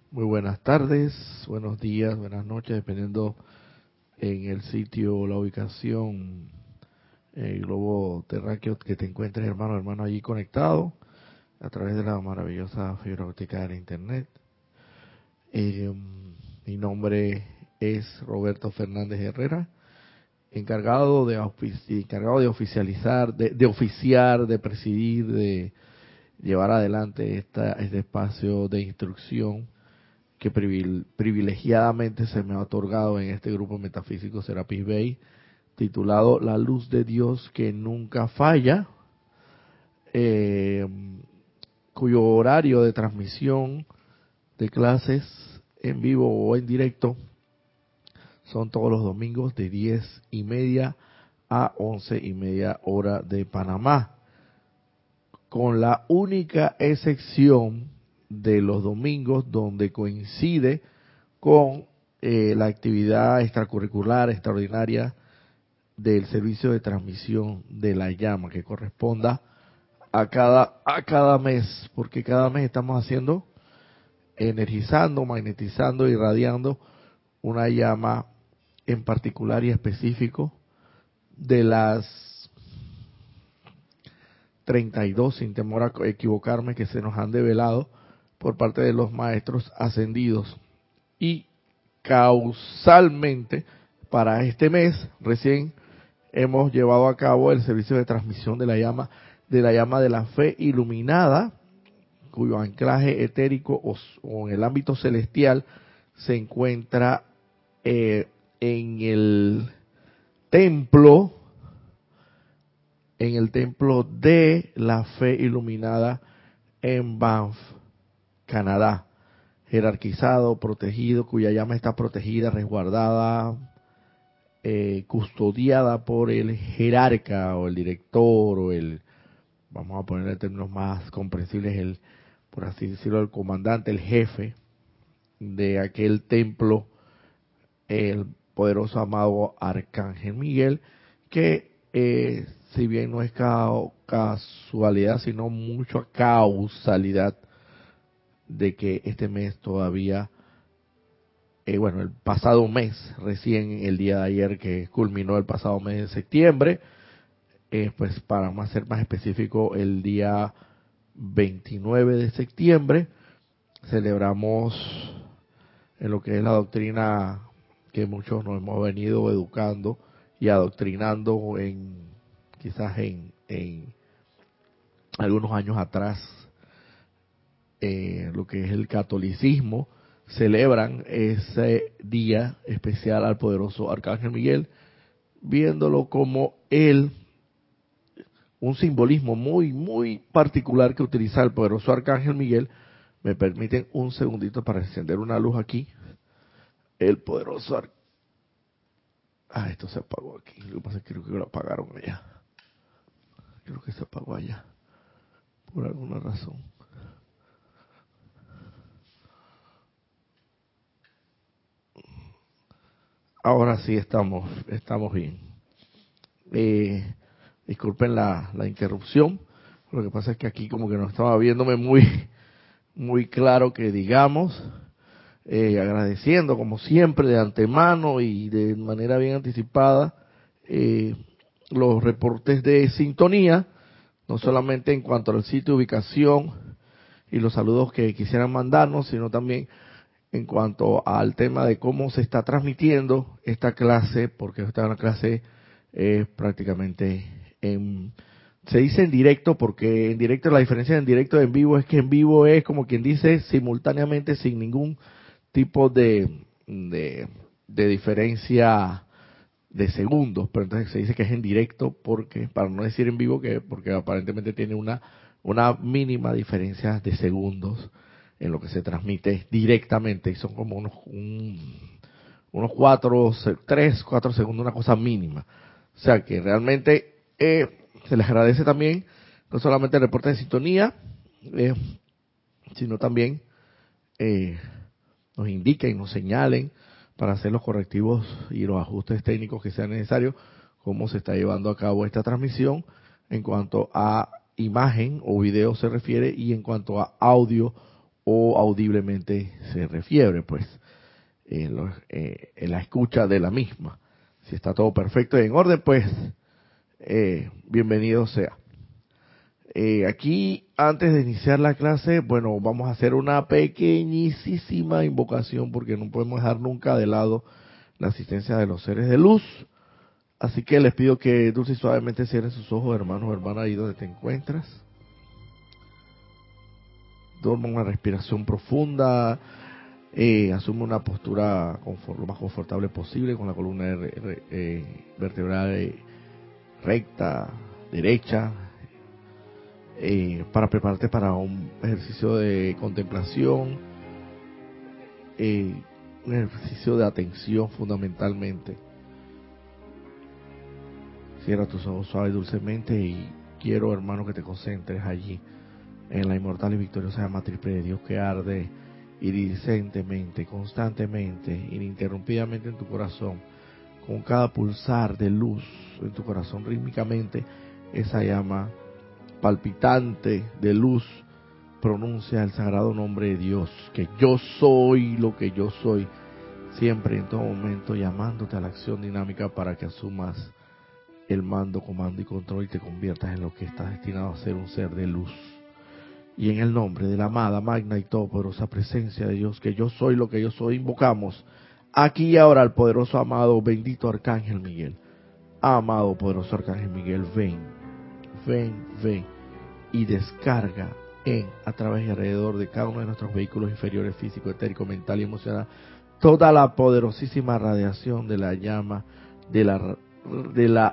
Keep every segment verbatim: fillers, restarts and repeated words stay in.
Muy buenas tardes, buenos días, buenas noches, dependiendo en el sitio o la ubicación, el globo terráqueo que te encuentres, hermano, hermano, allí conectado a través de la maravillosa fibra óptica de la internet. Eh, mi nombre es Roberto Fernández Herrera, encargado de ofici- encargado de oficializar, de, de oficiar, de presidir, de llevar adelante esta, este espacio de instrucción que privil- privilegiadamente se me ha otorgado en este grupo metafísico Serapis Bay, titulado La Luz de Dios que Nunca Falla, eh, cuyo horario de transmisión de clases en vivo o en directo son todos los domingos de diez y media a once y media hora de Panamá, con la única excepción de los domingos donde coincide con eh, la actividad extracurricular extraordinaria del servicio de transmisión de la llama que corresponda a cada a cada mes, porque cada mes estamos haciendo, energizando, magnetizando, irradiando una llama en particular y específico de las treinta y dos, sin temor a equivocarme, que se nos han develado por parte de los maestros ascendidos. Y causalmente, para este mes, recién hemos llevado a cabo el servicio de transmisión de la llama, de la llama de la fe iluminada, cuyo anclaje etérico o, o en el ámbito celestial se encuentra eh, en el templo, en el templo de la fe iluminada en Banff, Canadá, jerarquizado, protegido, cuya llama está protegida, resguardada, eh, custodiada por el jerarca o el director o el, vamos a ponerle términos más comprensibles, el, por así decirlo, el comandante, el jefe de aquel templo, el poderoso amado Arcángel Miguel, que eh, si bien no es ca casualidad, sino mucha causalidad de que este mes todavía, eh, bueno, el pasado mes, recién el día de ayer que culminó el pasado mes de septiembre, eh, pues para más ser más específico, el día veintinueve de septiembre, celebramos en lo que es la doctrina que muchos nos hemos venido educando y adoctrinando en quizás en, en algunos años atrás, eh, lo que es el catolicismo, celebran ese día especial al poderoso Arcángel Miguel, viéndolo como él, un simbolismo muy, muy particular que utiliza el poderoso Arcángel Miguel. Me permiten un segundito para encender una luz aquí. El poderoso Arcángel. Ah, esto se apagó aquí. Lo que pasa es que creo que lo apagaron allá. Creo que se apagó allá. Por alguna razón. Ahora sí estamos, estamos bien. Eh, disculpen la, la interrupción. Lo que pasa es que aquí como que no estaba viéndome muy, muy claro que digamos. Eh, agradeciendo como siempre de antemano y de manera bien anticipada eh, los reportes de sintonía, no solamente en cuanto al sitio, ubicación y los saludos que quisieran mandarnos, sino también en cuanto al tema de cómo se está transmitiendo esta clase, porque esta es una clase eh, prácticamente en, se dice en directo, porque en directo, la diferencia en directo y en vivo es que en vivo es como quien dice simultáneamente, sin ningún tipo de, de, de diferencia de segundos, pero entonces se dice que es en directo porque, para no decir en vivo, que porque aparentemente tiene una, una mínima diferencia de segundos en lo que se transmite directamente, y son como unos, un, unos cuatro, tres, cuatro segundos, una cosa mínima. O sea que realmente eh, se les agradece también, no solamente el reporte de sintonía, eh, sino también eh, nos indiquen, nos señalen para hacer los correctivos y los ajustes técnicos que sean necesarios, cómo se está llevando a cabo esta transmisión en cuanto a imagen o video se refiere y en cuanto a audio o audiblemente se refiere, pues, en, los, eh, en la escucha de la misma. Si está todo perfecto y en orden, pues, eh, bienvenido sea. Eh, aquí, antes de iniciar la clase, bueno, vamos a hacer una pequeñísima invocación porque no podemos dejar nunca de lado la asistencia de los seres de luz. Así que les pido que dulce y suavemente cierren sus ojos, hermanos o hermanas, ahí donde te encuentras. Toma una respiración profunda, eh, asume una postura confort, lo más confortable posible, con la columna eh, vertebral eh, recta, derecha, eh, para prepararte para un ejercicio de contemplación, eh, un ejercicio de atención fundamentalmente. Cierra tus ojos suave y dulcemente y quiero, hermano, que te concentres allí en la inmortal y victoriosa llama triple de Dios que arde irisentemente, constantemente, ininterrumpidamente en tu corazón, con cada pulsar de luz en tu corazón rítmicamente. Esa llama palpitante de luz pronuncia el sagrado nombre de Dios, que yo soy lo que yo soy, siempre en todo momento llamándote a la acción dinámica para que asumas el mando, comando y control y te conviertas en lo que estás destinado a ser, un ser de luz. Y en el nombre de la amada, magna y todopoderosa presencia de Dios, que yo soy lo que yo soy, invocamos aquí y ahora al poderoso, amado, bendito Arcángel Miguel. Amado, poderoso Arcángel Miguel, ven, ven, ven y descarga en, a través y alrededor de cada uno de nuestros vehículos inferiores, físico, etérico, mental y emocional, toda la poderosísima radiación de la llama, de la, de la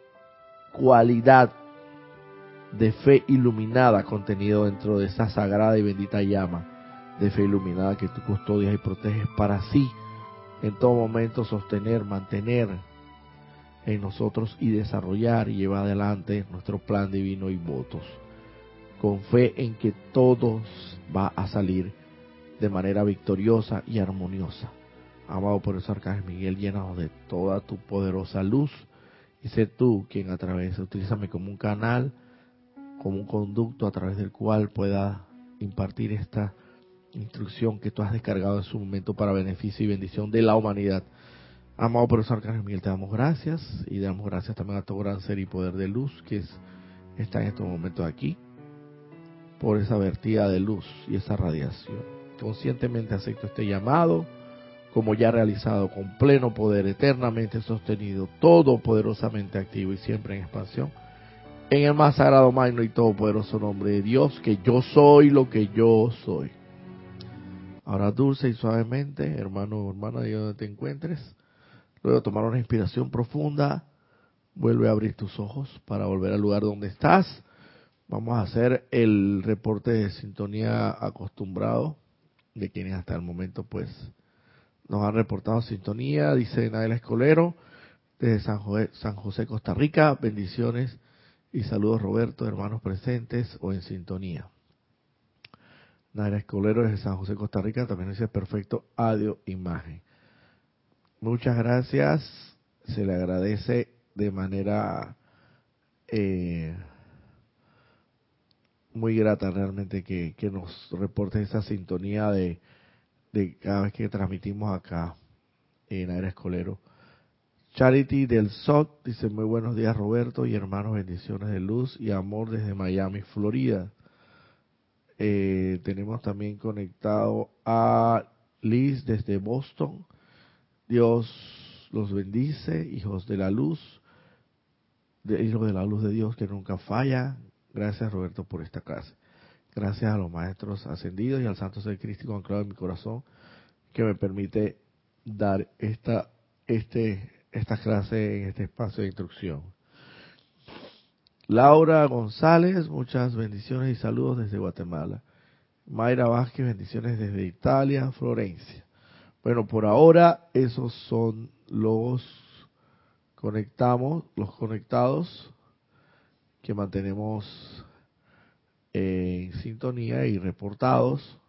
cualidad de fe iluminada contenido dentro de esa sagrada y bendita llama de fe iluminada que tú custodias y proteges para así en todo momento sostener, mantener en nosotros y desarrollar y llevar adelante nuestro plan divino y votos, con fe en que todo va a salir de manera victoriosa y armoniosa. Amado por eso, Arcángel Miguel, llénanos de toda tu poderosa luz y sé tú quien a través, utilízame como un canal, como un conducto a través del cual pueda impartir esta instrucción que tú has descargado en su momento para beneficio y bendición de la humanidad. Amado profesor Arcángel Miguel, te damos gracias y damos gracias también a todo gran ser y poder de luz que es, está en estos momentos aquí, por esa vertida de luz y esa radiación. Conscientemente acepto este llamado como ya realizado, con pleno poder, eternamente sostenido, todopoderosamente activo y siempre en expansión, en el más sagrado, magno y todopoderoso nombre de Dios, que yo soy lo que yo soy. Ahora dulce y suavemente, hermano o hermana, de donde te encuentres, luego tomar una inspiración profunda, vuelve a abrir tus ojos para volver al lugar donde estás. Vamos a hacer el reporte de sintonía acostumbrado de quienes hasta el momento pues nos han reportado sintonía. Dice Naila Escolero desde San José, San José, Costa Rica, bendiciones y saludos, Roberto, hermanos presentes o en sintonía. Naila Escolero desde San José, Costa Rica, también dice perfecto audio, imagen. Muchas gracias, se le agradece de manera eh, muy grata realmente que, que nos reporte esa sintonía de, de cada vez que transmitimos acá en Naila Escolero. Charity del S O C dice muy buenos días, Roberto y hermanos, bendiciones de luz y amor desde Miami, Florida. Eh, tenemos también conectado a Liz desde Boston. Dios los bendice, hijos de la luz, de, hijos de la luz de Dios que nunca falla. Gracias, Roberto, por esta clase. Gracias a los maestros ascendidos y al Santo Ser Crístico anclado en mi corazón que me permite dar esta este esta clase en este espacio de instrucción. Laura González, muchas bendiciones y saludos desde Guatemala. Mayra Vázquez, bendiciones desde Italia, Florencia. Bueno, por ahora esos son los conectamos, los conectados que mantenemos en sintonía y reportados.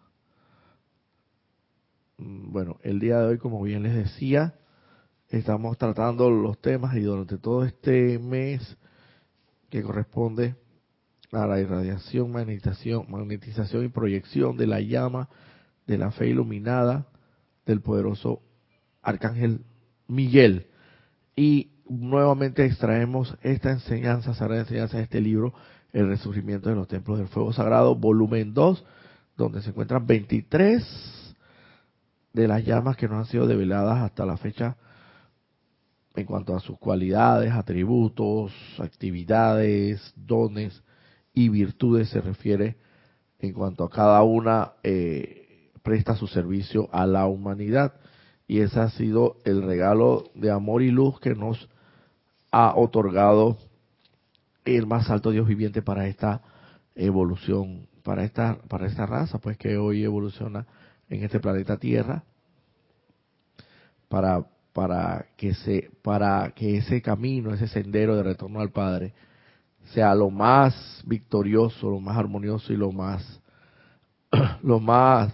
Bueno, el día de hoy, como bien les decía, estamos tratando los temas y durante todo este mes que corresponde a la irradiación, magnetización, magnetización y proyección de la llama de la fe iluminada del poderoso Arcángel Miguel. Y nuevamente extraemos esta enseñanza, sagrada enseñanza de este libro, El Resurgimiento de los Templos del Fuego Sagrado, volumen dos, donde se encuentran veintitrés de las llamas que no han sido develadas hasta la fecha en cuanto a sus cualidades, atributos, actividades, dones y virtudes se refiere, en cuanto a cada una eh, presta su servicio a la humanidad. Y ese ha sido el regalo de amor y luz que nos ha otorgado el más alto Dios viviente para esta evolución, para esta, para esta raza, pues que hoy evoluciona en este planeta Tierra, para, para que se, para que ese camino, ese sendero de retorno al Padre, sea lo más victorioso, lo más armonioso y lo más, lo más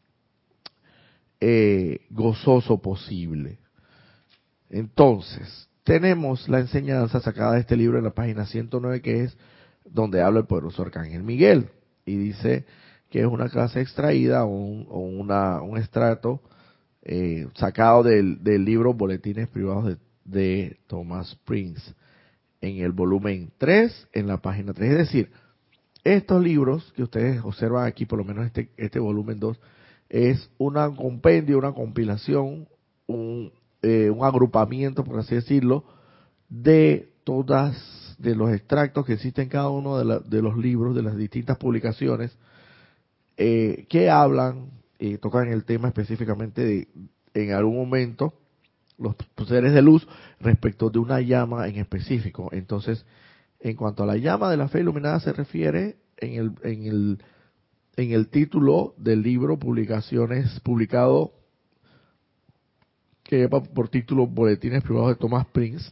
eh, gozoso posible. Entonces, tenemos la enseñanza sacada de este libro en la página ciento nueve, que es donde habla el poderoso Arcángel Miguel, y dice que es una clase extraída o un, o una, un extracto eh, sacado del, del libro Boletines Privados de, de Thomas Prince, en el volumen tres, en la página tres. Es decir, estos libros que ustedes observan aquí, por lo menos este, este volumen dos, es una compendio, una compilación, un, eh, un agrupamiento, por así decirlo, de todas, de los extractos que existen en cada uno de, la, de los libros, de las distintas publicaciones, eh, que hablan, eh, tocan el tema específicamente de, en algún momento, los seres de luz respecto de una llama en específico. Entonces, en cuanto a la llama de la fe iluminada se refiere, en el, en el, en el título del libro, publicaciones, publicado, que lleva por título Boletines Privados de Thomas Prince,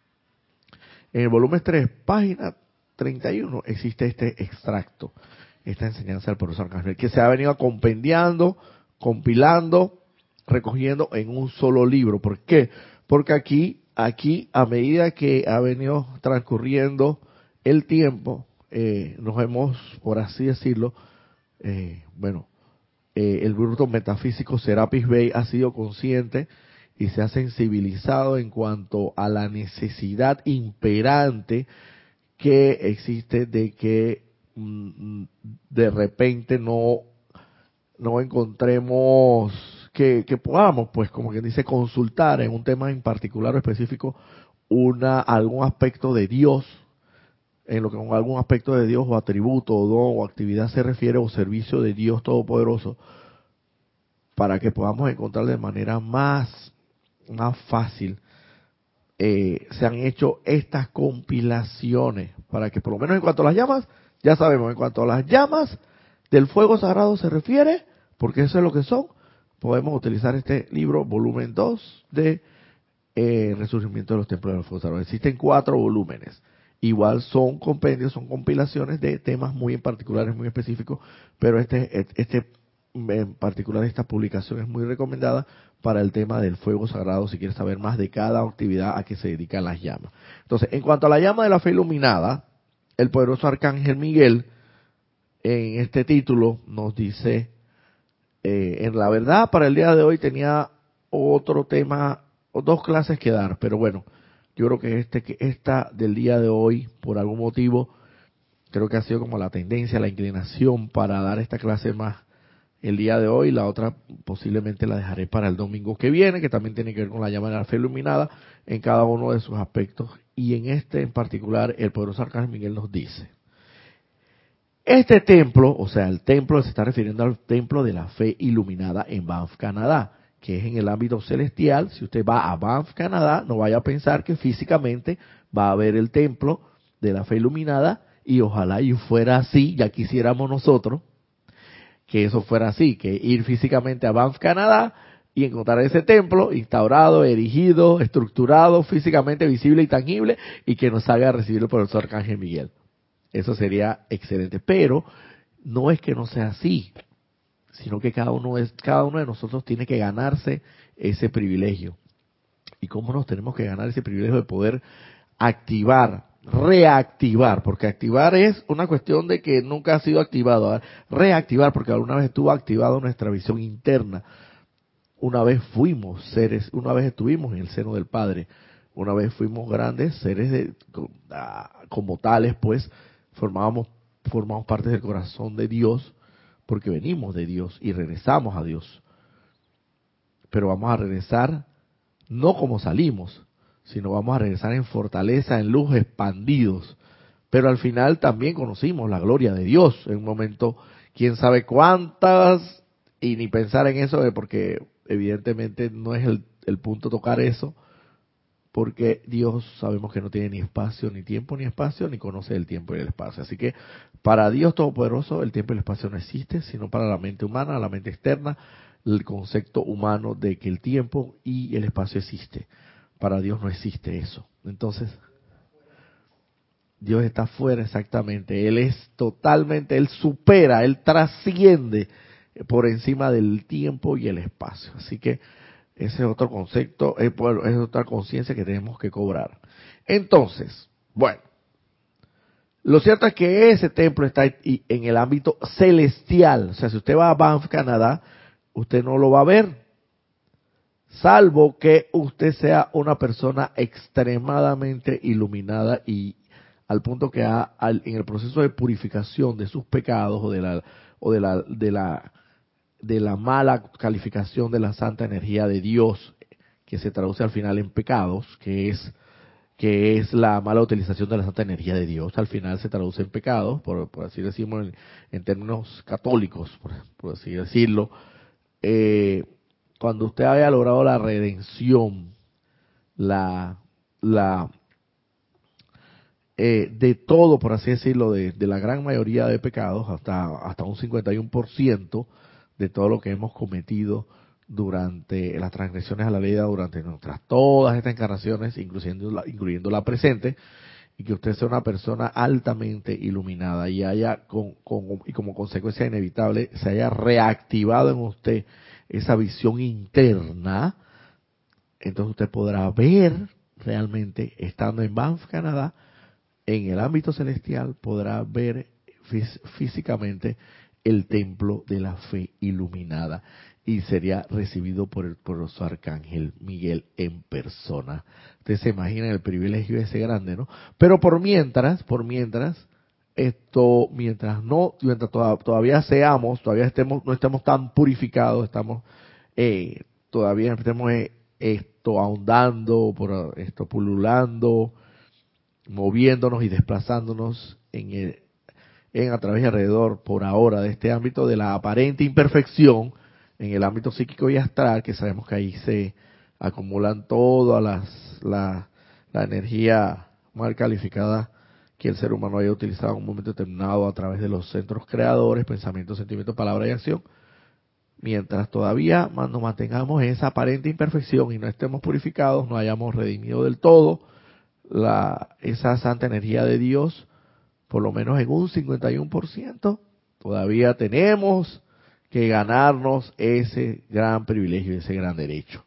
en el volumen tres, página treinta y uno, existe este extracto, esta enseñanza del profesor Arcángel, que se ha venido compendiando, compilando, recogiendo en un solo libro. ¿Por qué? Porque aquí, aquí a medida que ha venido transcurriendo el tiempo, eh, nos hemos, por así decirlo, eh, bueno, eh, el bruto metafísico Serapis Bey ha sido consciente y se ha sensibilizado en cuanto a la necesidad imperante que existe de que mm, de repente no, no encontremos que, que podamos, pues como quien dice, consultar en un tema en particular o específico una algún aspecto de Dios, en lo que con algún aspecto de Dios o atributo o don o actividad se refiere, o servicio de Dios Todopoderoso, para que podamos encontrar de manera más, más fácil. Eh, se han hecho estas compilaciones para que, por lo menos en cuanto a las llamas, ya sabemos, en cuanto a las llamas del fuego sagrado se refiere, porque eso es lo que son, podemos utilizar este libro, volumen dos de eh, Resurgimiento de los Templos del Fuego Sagrado. Existen cuatro volúmenes. Igual son compendios, son compilaciones de temas muy en particulares, muy específicos, pero este, este en particular, esta publicación es muy recomendada para el tema del fuego sagrado, si quieres saber más de cada actividad a que se dedican las llamas. Entonces, en cuanto a la llama de la fe iluminada, el poderoso Arcángel Miguel, en este título, nos dice, eh, en la verdad, para el día de hoy tenía otro tema, o dos clases que dar, pero bueno, yo creo que este que esta del día de hoy, por algún motivo, creo que ha sido como la tendencia, la inclinación para dar esta clase más el día de hoy. La otra posiblemente la dejaré para el domingo que viene, que también tiene que ver con la llama de la fe iluminada en cada uno de sus aspectos. Y en este en particular, el poderoso Arcángel Miguel nos dice, este templo, o sea, el templo se está refiriendo al templo de la fe iluminada en Banff, Canadá, que es en el ámbito celestial. Si usted va a Banff, Canadá, no vaya a pensar que físicamente va a ver el templo de la fe iluminada, y ojalá y fuera así, ya quisiéramos nosotros que eso fuera así, que ir físicamente a Banff, Canadá, y encontrar ese templo instaurado, erigido, estructurado, físicamente visible y tangible, y que nos haga recibir el profesor Arcángel Miguel. Eso sería excelente, pero no es que no sea así, sino que cada uno es, cada uno de nosotros tiene que ganarse ese privilegio. ¿Y cómo nos tenemos que ganar ese privilegio de poder activar reactivar, porque activar es una cuestión de que nunca ha sido activado. Reactivar, porque alguna vez estuvo activado nuestra visión interna. Una vez fuimos seres, una vez estuvimos en el seno del Padre, una vez fuimos grandes seres de, como tales, pues formábamos, formamos parte del corazón de Dios, porque venimos de Dios y regresamos a Dios. Pero vamos a regresar no como salimos, sino vamos a regresar en fortaleza, en luz, expandidos. Pero al final también conocimos la gloria de Dios en un momento, quién sabe cuántas, y ni pensar en eso, porque evidentemente no es el, el punto tocar eso, porque Dios sabemos que no tiene ni espacio, ni tiempo, ni espacio, ni conoce el tiempo y el espacio. Así que para Dios Todopoderoso el tiempo y el espacio no existe, sino para la mente humana, la mente externa, el concepto humano de que el tiempo y el espacio existe. Para Dios no existe eso. Entonces, Dios está fuera exactamente. Él es totalmente, Él supera, Él trasciende por encima del tiempo y el espacio. Así que ese es otro concepto, es, es otra conciencia que tenemos que cobrar. Entonces, bueno, lo cierto es que ese templo está en el ámbito celestial. O sea, si usted va a Banff, Canadá, usted no lo va a ver, salvo que usted sea una persona extremadamente iluminada y al punto que ha, al, en el proceso de purificación de sus pecados o de la o de la de la de la mala calificación de la santa energía de Dios, que se traduce al final en pecados, que es que es la mala utilización de la santa energía de Dios, al final se traduce en pecados, por, por así decirlo en, en términos católicos, por, por así decirlo. Eh, cuando usted haya logrado la redención, la la eh, de todo, por así decirlo, de, de la gran mayoría de pecados, hasta hasta un cincuenta y uno por ciento de todo lo que hemos cometido durante las transgresiones a la ley, durante nuestras todas estas encarnaciones, incluyendo la, incluyendo la presente, y que usted sea una persona altamente iluminada y haya con, con, y como consecuencia inevitable se haya reactivado en usted esa visión interna, entonces usted podrá ver realmente, estando en Banff, Canadá, en el ámbito celestial, podrá ver fí- físicamente el templo de la fe iluminada y sería recibido por el por su arcángel Miguel en persona. Ustedes se imaginan el privilegio ese grande, ¿no? Pero por mientras, por mientras, esto, mientras no, mientras toda- todavía seamos, todavía estemos, no estemos tan purificados, estamos, eh, todavía estemos eh, esto ahondando, por esto pululando, moviéndonos y desplazándonos en, el, en a través y alrededor por ahora de este ámbito de la aparente imperfección en el ámbito psíquico y astral, que sabemos que ahí se acumulan todas las la, la energía mal calificada que el ser humano haya utilizado en un momento determinado a través de los centros creadores, pensamiento, sentimiento, palabra y acción. Mientras todavía nos mantengamos en esa aparente imperfección y no estemos purificados, no hayamos redimido del todo la esa santa energía de Dios, por lo menos en un cincuenta y uno por ciento, todavía tenemos que ganarnos ese gran privilegio, ese gran derecho.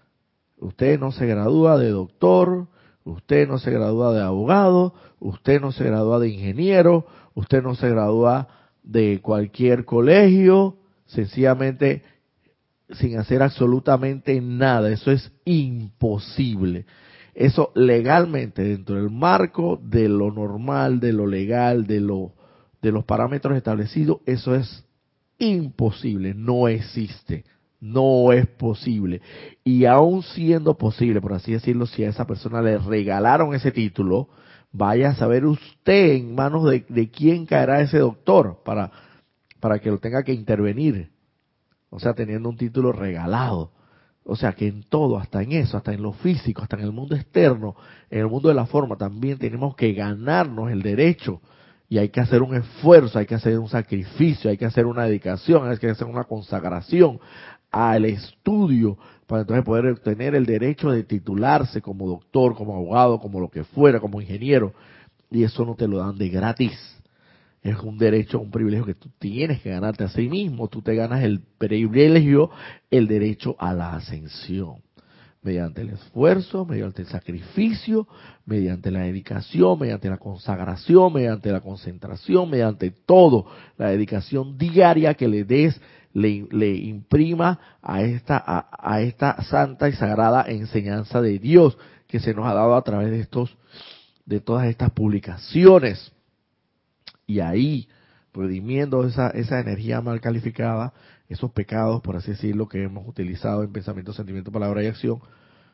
Usted no se gradúa de doctor, usted no se gradúa de abogado, usted no se gradúa de ingeniero, usted no se gradúa de cualquier colegio, sencillamente sin hacer absolutamente nada. Eso es imposible. Eso legalmente, dentro del marco de lo normal, de lo legal, de lo de los parámetros establecidos, eso es imposible, no existe, no es posible. Y aún siendo posible, por así decirlo, si a esa persona le regalaron ese título, vaya a saber usted en manos de, de quién caerá ese doctor para, para que lo tenga que intervenir. O sea, teniendo un título regalado. O sea, que en todo, hasta en eso, hasta en lo físico, hasta en el mundo externo, en el mundo de la forma, también tenemos que ganarnos el derecho. Y hay que hacer un esfuerzo, hay que hacer un sacrificio, hay que hacer una dedicación, hay que hacer una consagración al estudio para entonces poder obtener el derecho de titularse como doctor, como abogado, como lo que fuera, como ingeniero. Y eso no te lo dan de gratis. Es un derecho, un privilegio que tú tienes que ganarte a sí mismo. Tú te ganas el privilegio, el derecho a la ascensión. mediante el esfuerzo, mediante el sacrificio, mediante la dedicación, mediante la consagración, mediante la concentración, mediante todo, la dedicación diaria que le des, le, le imprima a esta, a, a esta santa y sagrada enseñanza de Dios que se nos ha dado a través de estos, de todas estas publicaciones. Y ahí, redimiendo esa, esa energía mal calificada, esos pecados, por así decirlo, que hemos utilizado en pensamiento, sentimiento, palabra y acción,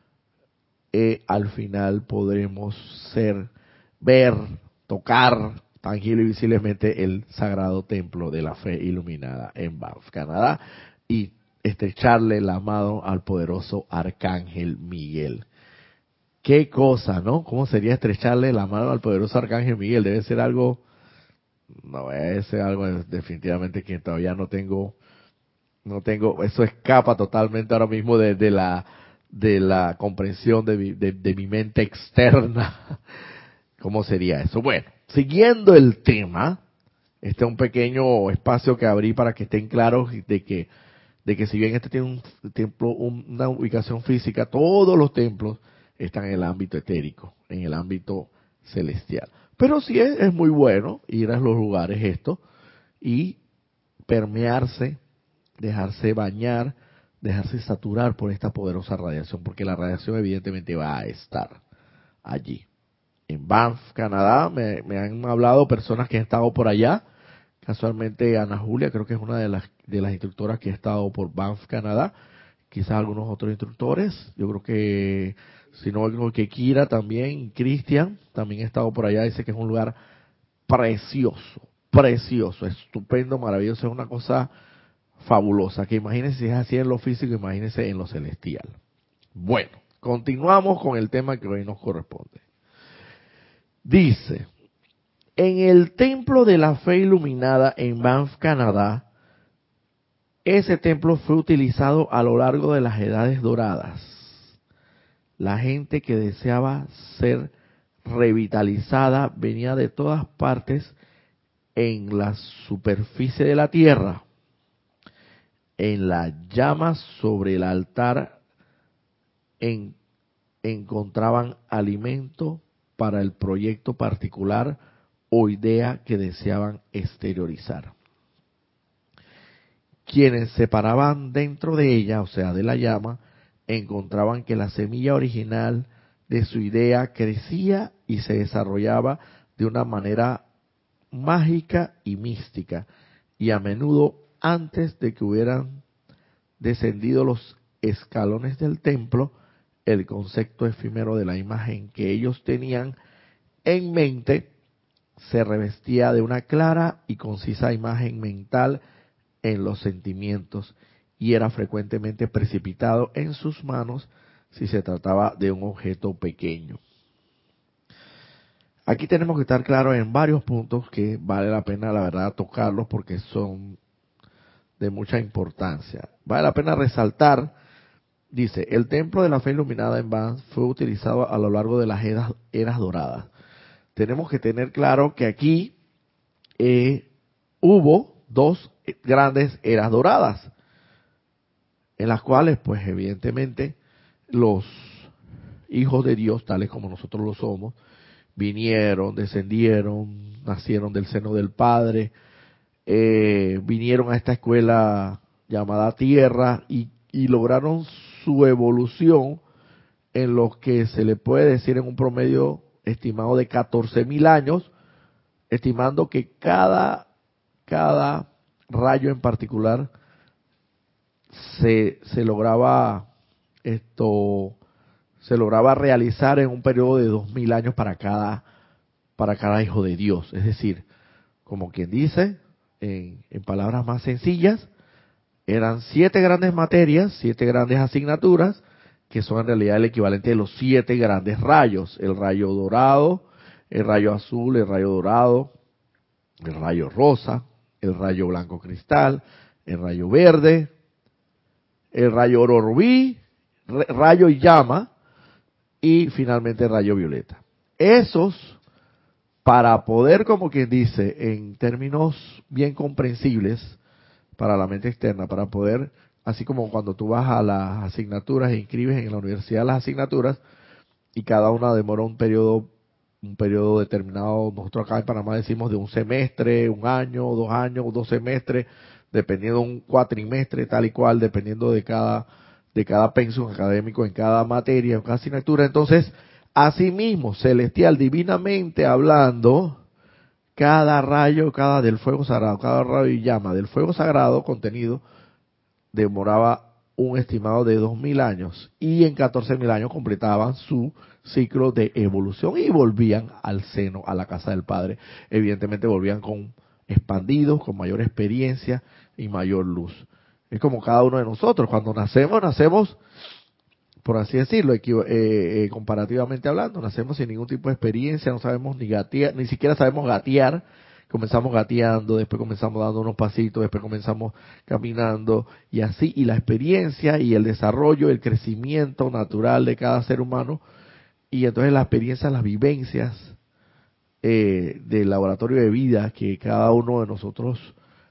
eh, al final podremos ser, ver, tocar tangible y visiblemente el sagrado templo de la fe iluminada en Banff, Canadá, y estrecharle la mano al poderoso Arcángel Miguel. Qué cosa, ¿no? ¿Cómo sería estrecharle la mano al poderoso Arcángel Miguel? Debe ser algo, no, debe ser algo definitivamente que todavía no tengo, no tengo, eso escapa totalmente ahora mismo de, de la de la comprensión de mi, de, de mi mente externa. ¿Cómo sería eso? Bueno, siguiendo el tema, este es un pequeño espacio que abrí para que estén claros de que, de que si bien este tiene un templo, una ubicación física, todos los templos están en el ámbito etérico, en el ámbito celestial. Pero sí es, es muy bueno ir a los lugares estos y permearse, dejarse bañar, dejarse saturar por esta poderosa radiación, porque la radiación evidentemente va a estar allí. En Banff, Canadá, me, me han hablado personas que han estado por allá. Casualmente Ana Julia, creo que es una de las de las instructoras que ha estado por Banff, Canadá. Quizás algunos otros instructores. Yo creo que, si no, creo que Kira también, Cristian, también ha estado por allá. Dice que es un lugar precioso, precioso, estupendo, maravilloso. Es una cosa fabulosa. Que imagínense si es así en lo físico, imagínense en lo celestial. Bueno, continuamos con el tema que hoy nos corresponde. Dice, en el Templo de la Fe Iluminada en Banff, Canadá, ese templo fue utilizado a lo largo de las edades doradas. La gente que deseaba ser revitalizada venía de todas partes en la superficie de la tierra. En las llamas sobre el altar en, encontraban alimento para el proyecto particular o idea que deseaban exteriorizar. Quienes se paraban dentro de ella, o sea, de la llama, encontraban que la semilla original de su idea crecía y se desarrollaba de una manera mágica y mística, y a menudo antes de que hubieran descendido los escalones del templo, el concepto efímero de la imagen que ellos tenían en mente se revestía de una clara y concisa imagen mental en los sentimientos y era frecuentemente precipitado en sus manos si se trataba de un objeto pequeño. Aquí tenemos que estar claros en varios puntos que vale la pena, la verdad, tocarlos porque son de mucha importancia. Vale la pena resaltar, dice, el templo de la fe iluminada en Banff fue utilizado a lo largo de las eras, eras doradas. Tenemos que tener claro que aquí eh, hubo dos grandes eras doradas, en las cuales, pues evidentemente, los hijos de Dios, tales como nosotros lo somos, vinieron, descendieron, nacieron del seno del Padre, eh, vinieron a esta escuela llamada Tierra y, y lograron su evolución en lo que se le puede decir en un promedio estimado de catorce mil años, estimando que cada, cada rayo en particular se, se lograba esto se lograba realizar en un periodo de dos mil años para cada para cada hijo de Dios. Es decir, como quien dice, en, en palabras más sencillas, eran siete grandes materias, siete grandes asignaturas, que son en realidad el equivalente de los siete grandes rayos: el rayo dorado, el rayo azul, el rayo dorado, el rayo rosa, el rayo blanco cristal, el rayo verde, el rayo oro rubí, rayo y llama, y finalmente el rayo violeta. Esos, para poder, como quien dice, en términos bien comprensibles para la mente externa, para poder así como cuando tú vas a las asignaturas e inscribes en la universidad las asignaturas, y cada una demora un periodo, un periodo determinado. Nosotros acá en Panamá decimos de un semestre, un año, dos años, dos semestres, dependiendo de un cuatrimestre, tal y cual, dependiendo de cada, de cada pensum académico en cada materia, en cada asignatura. Entonces, asimismo, celestial, divinamente hablando, cada rayo, cada del fuego sagrado, cada rayo y llama del fuego sagrado contenido demoraba un estimado de dos mil años, y en catorce mil años completaban su ciclo de evolución y volvían al seno, a la casa del Padre. Evidentemente volvían con expandidos, con mayor experiencia y mayor luz. Es como cada uno de nosotros, cuando nacemos, nacemos, por así decirlo, eh, eh, comparativamente hablando, nacemos sin ningún tipo de experiencia, no sabemos ni gatear, ni siquiera sabemos gatear. Comenzamos gateando, después comenzamos dando unos pasitos, después comenzamos caminando, y así, y la experiencia y el desarrollo, el crecimiento natural de cada ser humano, y entonces la experiencia, las vivencias eh, del laboratorio de vida que cada uno de nosotros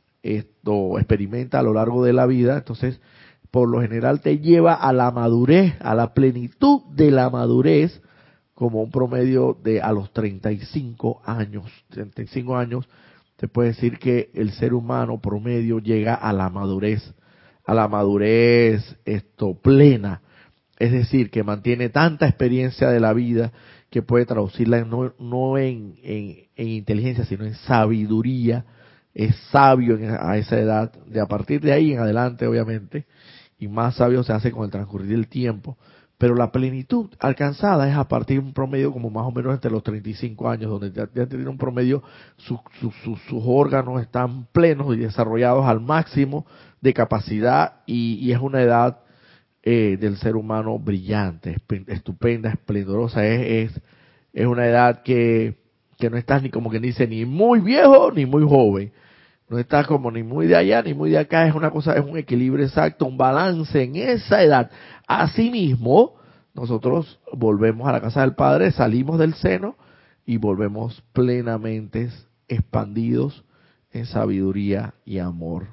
esto experimenta a lo largo de la vida. Entonces, por lo general te lleva a la madurez, a la plenitud de la madurez, como un promedio de a los treinta y cinco años. treinta y cinco años, te puede decir que el ser humano promedio llega a la madurez, a la madurez esto plena. Es decir, que mantiene tanta experiencia de la vida que puede traducirla en, no, no en, en, en inteligencia, sino en sabiduría. Es sabio en, a esa edad. De a partir de ahí en adelante, obviamente, y más sabio se hace con el transcurrir del tiempo. Pero la plenitud alcanzada es a partir de un promedio como más o menos entre los treinta y cinco años, donde ya, ya tiene un promedio, su, su, su, sus órganos están plenos y desarrollados al máximo de capacidad, y, y es una edad eh, del ser humano brillante, estupenda, esplendorosa. Es, es, es una edad que, que no estás ni como quien dice, ni muy viejo ni muy joven. No está como ni muy de allá ni muy de acá, es una cosa, es un equilibrio exacto, un balance en esa edad. Asimismo, nosotros volvemos a la casa del Padre, salimos del seno y volvemos plenamente expandidos en sabiduría y amor,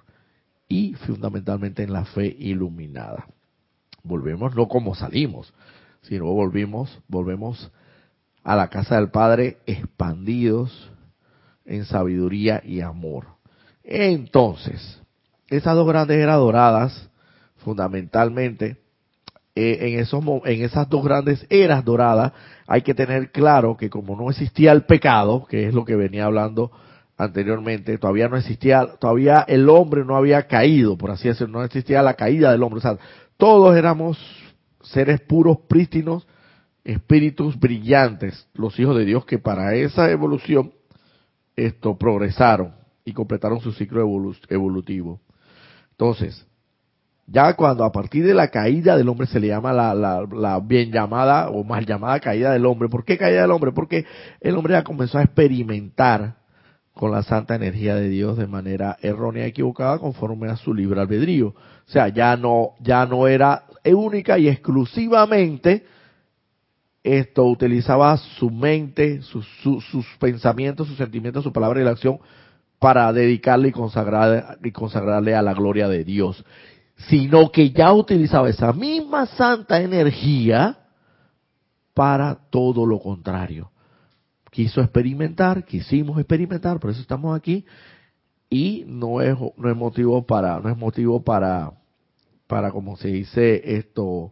y fundamentalmente en la fe iluminada. Volvemos no como salimos, sino volvimos, volvemos a la casa del Padre expandidos en sabiduría y amor. Entonces, esas dos grandes eras doradas, fundamentalmente, eh, en esos en esas dos grandes eras doradas, hay que tener claro que como no existía el pecado, que es lo que venía hablando anteriormente, todavía no existía, todavía el hombre no había caído, por así decirlo, no existía la caída del hombre. O sea, todos éramos seres puros, prístinos, espíritus brillantes, los hijos de Dios, que para esa evolución esto progresaron y completaron su ciclo evolu evolutivo. Entonces, ya cuando a partir de la caída del hombre se le llama la, la, la bien llamada o mal llamada caída del hombre. ¿Por qué caída del hombre? Porque el hombre ya comenzó a experimentar con la santa energía de Dios de manera errónea y equivocada conforme a su libre albedrío. O sea, ya no, ya no era única y exclusivamente esto, utilizaba su mente, sus, su, sus pensamientos, sus sentimientos, su palabra y la acción para dedicarle y, consagrar, y consagrarle a la gloria de Dios, sino que ya utilizaba esa misma santa energía para todo lo contrario. Quiso experimentar, quisimos experimentar, por eso estamos aquí, y no es, no es motivo para, no es motivo para, para como se dice esto,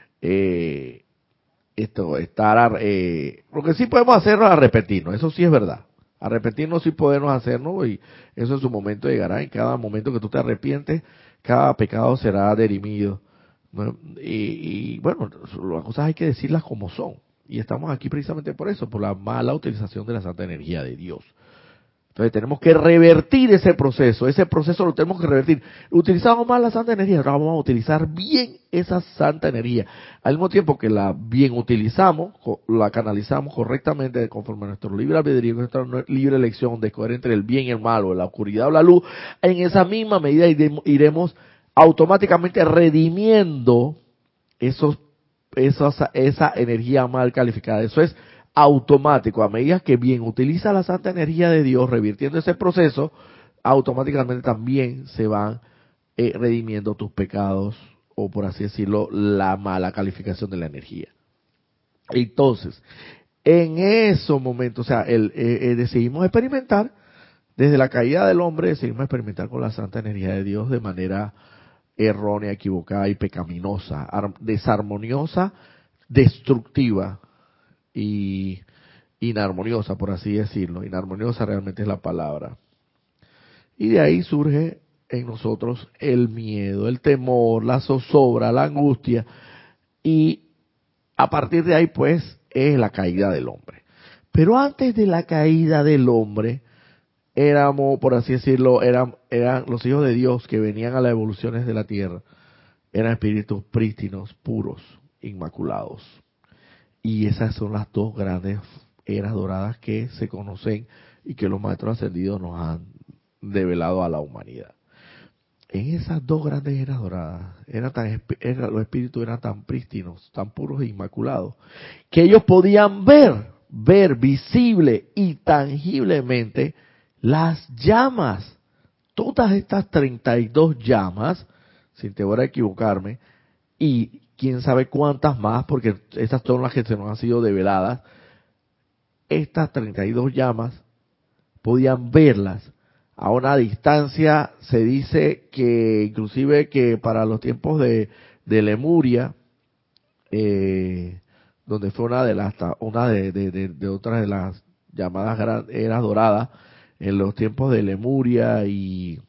eh, esto, estar, eh, lo que sí podemos hacerlo es a repetirnos, eso sí es verdad. A repetirnos sí podemos hacerlo, y eso en su momento llegará. En cada momento que tú te arrepientes, cada pecado será derimido, ¿no? Y, y bueno, las cosas hay que decirlas como son. Y estamos aquí precisamente por eso, por la mala utilización de la santa energía de Dios. Entonces tenemos que revertir ese proceso, ese proceso lo tenemos que revertir. Utilizamos mal la santa energía, ahora vamos a utilizar bien esa santa energía. Al mismo tiempo que la bien utilizamos, la canalizamos correctamente conforme a nuestro libre albedrío, nuestra libre elección de escoger entre el bien y el mal, o la oscuridad o la luz, en esa misma medida iremos automáticamente redimiendo esos, esos, esa energía mal calificada. Eso es automático. A medida que bien utiliza la santa energía de Dios, revirtiendo ese proceso, automáticamente también se van eh, redimiendo tus pecados, o por así decirlo, la mala calificación de la energía. Entonces, en esos momentos, o sea, el, eh, eh, decidimos experimentar, desde la caída del hombre, decidimos experimentar con la santa energía de Dios de manera errónea, equivocada y pecaminosa, desarmoniosa, destructiva y inarmoniosa, por así decirlo. Inarmoniosa realmente es la palabra. Y de ahí surge en nosotros el miedo, el temor, la zozobra, la angustia, y a partir de ahí pues es la caída del hombre. Pero antes de la caída del hombre, éramos, por así decirlo, eran, eran los hijos de Dios que venían a las evoluciones de la tierra, eran espíritus prístinos, puros, inmaculados. Y esas son las dos grandes eras doradas que se conocen y que los maestros ascendidos nos han develado a la humanidad. En esas dos grandes eras doradas, eran tan, eran, los espíritus eran tan prístinos, tan puros e inmaculados, que ellos podían ver, ver visible y tangiblemente las llamas. Todas estas treinta y dos llamas, sin temor a equivocarme, y quién sabe cuántas más, porque estas son las que se nos han sido develadas, estas treinta y dos llamas podían verlas a una distancia. Se dice que inclusive que para los tiempos de, de Lemuria, eh, donde fue una de las una de, de, de, de otras de las llamadas gran, eras doradas, en los tiempos de Lemuria y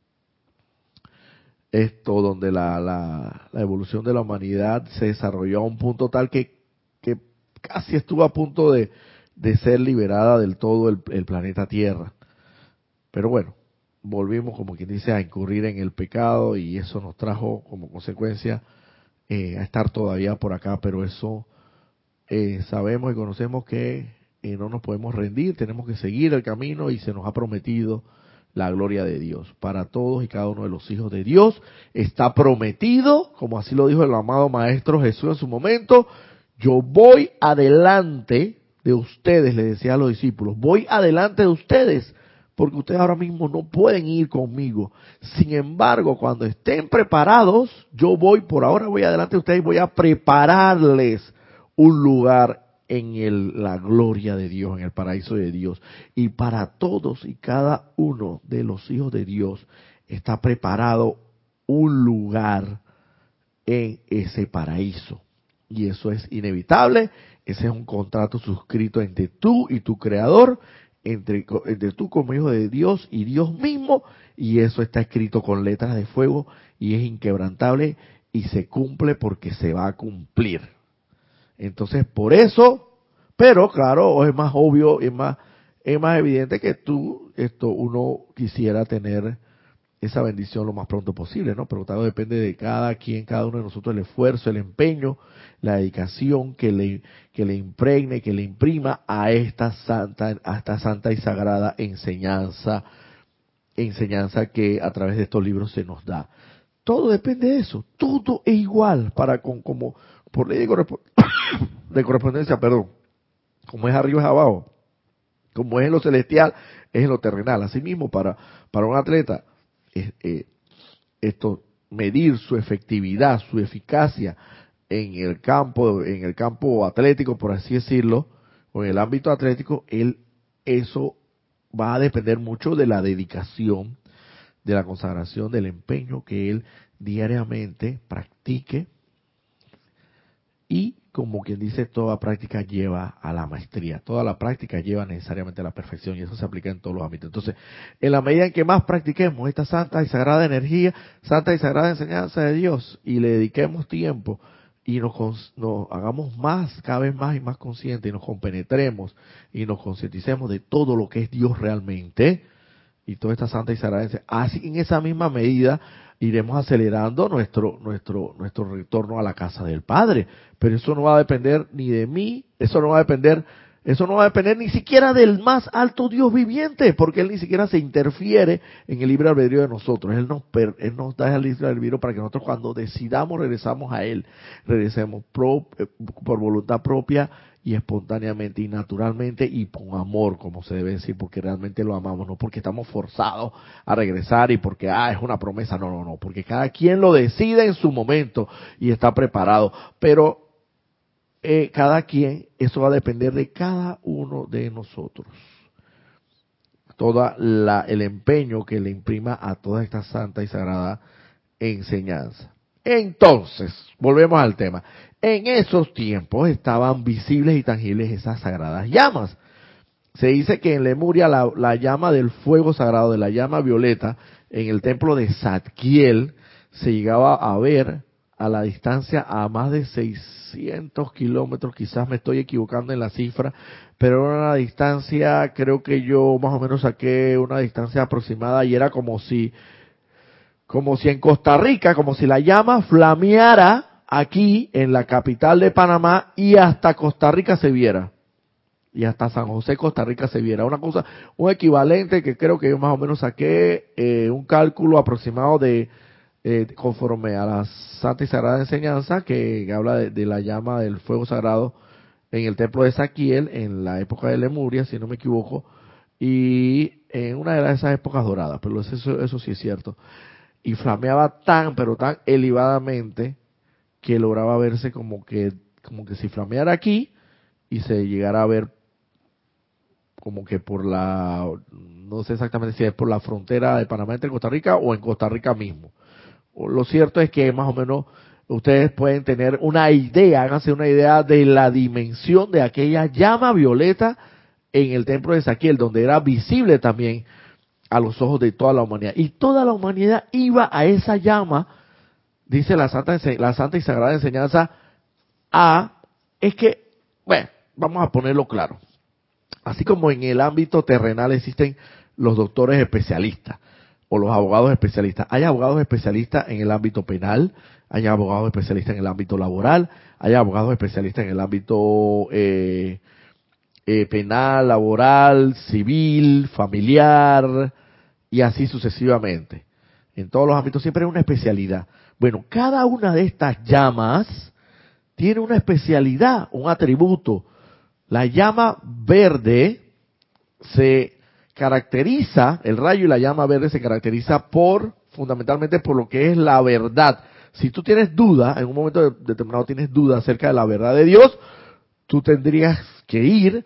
esto donde la, la, la evolución de la humanidad se desarrolló a un punto tal que, que casi estuvo a punto de, de ser liberada del todo el, el planeta Tierra. Pero bueno, volvimos, como quien dice, a incurrir en el pecado, y eso nos trajo como consecuencia eh, a estar todavía por acá. Pero eso eh, sabemos y conocemos que eh, no nos podemos rendir, tenemos que seguir el camino, y se nos ha prometido la gloria de Dios para todos y cada uno de los hijos de Dios. Está prometido, como así lo dijo el amado Maestro Jesús en su momento: yo voy adelante de ustedes, le decía a los discípulos, voy adelante de ustedes, porque ustedes ahora mismo no pueden ir conmigo. Sin embargo, cuando estén preparados, yo voy, por ahora voy adelante de ustedes y voy a prepararles un lugar en el, la gloria de Dios, en el paraíso de Dios. Y para todos y cada uno de los hijos de Dios está preparado un lugar en ese paraíso. Y eso es inevitable. Ese es un contrato suscrito entre tú y tu Creador, entre, entre tú como hijo de Dios y Dios mismo, y eso está escrito con letras de fuego y es inquebrantable y se cumple porque se va a cumplir. Entonces, por eso, pero claro, es más obvio, es más, es más evidente que tú, esto, uno quisiera tener esa bendición lo más pronto posible, ¿no? Pero todo depende de cada quien, cada uno de nosotros, el esfuerzo, el empeño, la dedicación que le, que le impregne, que le imprima a esta santa, a esta santa y sagrada enseñanza, enseñanza que a través de estos libros se nos da. Todo depende de eso, todo es igual para con, como, por ley de, corresp de correspondencia, perdón, como es arriba es abajo, como es en lo celestial, es en lo terrenal. Asimismo, para, para un atleta, eh, eh, esto, medir su efectividad, su eficacia en el campo, en el campo atlético, por así decirlo, o en el ámbito atlético, él, eso va a depender mucho de la dedicación, de la consagración, del empeño que él diariamente practique, y como quien dice, toda práctica lleva a la maestría, toda la práctica lleva necesariamente a la perfección, y eso se aplica en todos los ámbitos. Entonces, en la medida en que más practiquemos esta santa y sagrada energía, santa y sagrada enseñanza de Dios, y le dediquemos tiempo, y nos, nos hagamos más, cada vez más y más conscientes, y nos compenetremos, y nos concienticemos de todo lo que es Dios realmente, y toda esta santa y sagrada enseñanza, así en esa misma medida iremos acelerando nuestro nuestro nuestro retorno a la casa del Padre. Pero eso no va a depender ni de mí, eso no va a depender Eso no va a depender ni siquiera del más alto Dios viviente, porque Él ni siquiera se interfiere en el libre albedrío de nosotros. Él nos, per, él nos da el libre albedrío para que nosotros cuando decidamos regresamos a Él, regresemos pro, eh, por voluntad propia y espontáneamente y naturalmente y con amor, como se debe decir, porque realmente lo amamos, no porque estamos forzados a regresar y porque ah, es una promesa, no, no, no, porque cada quien lo decide en su momento y está preparado, pero Eh, cada quien, eso va a depender de cada uno de nosotros. Toda la, el empeño que le imprima a toda esta santa y sagrada enseñanza. Entonces, volvemos al tema. En esos tiempos estaban visibles y tangibles esas sagradas llamas. Se dice que en Lemuria la, la llama del fuego sagrado, de la llama violeta, en el templo de Zadkiel, se llegaba a ver a la distancia a más de seiscientos kilómetros, quizás me estoy equivocando en la cifra, pero era una distancia, creo que yo más o menos saqué una distancia aproximada y era como si, como si en Costa Rica, como si la llama flameara aquí en la capital de Panamá y hasta Costa Rica se viera. Y hasta San José, Costa Rica se viera. Una cosa, un equivalente que creo que yo más o menos saqué eh, un cálculo aproximado de Eh, conforme a la santa y sagrada enseñanza que habla de, de la llama del fuego sagrado en el templo de Zadkiel en la época de Lemuria, si no me equivoco, y en una de esas épocas doradas, pero eso, eso sí es cierto, y flameaba tan, pero tan elevadamente que lograba verse como que, como que si flameara aquí y se llegara a ver como que por la, no sé exactamente si es por la frontera de Panamá entre Costa Rica o en Costa Rica mismo. Lo cierto es que más o menos ustedes pueden tener una idea, háganse una idea de la dimensión de aquella llama violeta en el templo de Zadkiel, donde era visible también a los ojos de toda la humanidad. Y toda la humanidad iba a esa llama, dice la santa, la santa y sagrada enseñanza, a, es que, bueno, vamos a ponerlo claro. Así como en el ámbito terrenal existen los doctores especialistas, o los abogados especialistas. Hay abogados especialistas en el ámbito penal, hay abogados especialistas en el ámbito laboral, hay abogados especialistas en el ámbito eh, eh, penal, laboral, civil, familiar, y así sucesivamente. En todos los ámbitos siempre hay una especialidad. Bueno, cada una de estas llamas tiene una especialidad, un atributo. La llama verde se caracteriza, el rayo y la llama verde se caracteriza por, fundamentalmente por lo que es la verdad. Si tú tienes duda, en un momento determinado tienes duda acerca de la verdad de Dios, tú tendrías que ir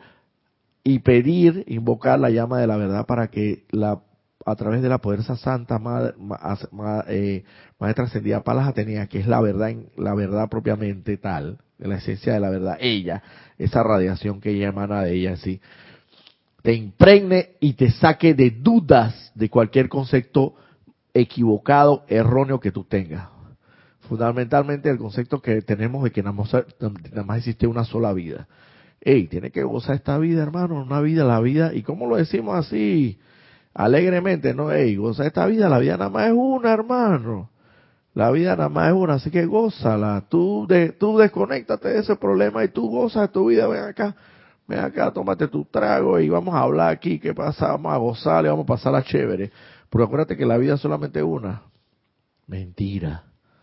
y pedir, invocar la llama de la verdad para que la, a través de la poderosa santa madre, ma, eh, maestra ascendida Palas Atenea, que es la verdad, la verdad propiamente tal, de la esencia de la verdad, ella, esa radiación que ella emana de ella, así, te impregne y te saque de dudas de cualquier concepto equivocado, erróneo que tú tengas. Fundamentalmente el concepto que tenemos de que nada más, nada más existe una sola vida. Ey, tiene que gozar esta vida, hermano, una vida, la vida, y cómo lo decimos así, alegremente, ¿no? Ey, goza esta vida, la vida nada más es una, hermano. La vida nada más es una, así que gózala. Tú, de, tú desconéctate de ese problema y tú gozas tu vida, ven acá. Ven acá, tómate tu trago y vamos a hablar aquí, ¿qué pasa? Vamos a gozar y vamos a pasarla chévere. Pero acuérdate que la vida es solamente una. Mentira.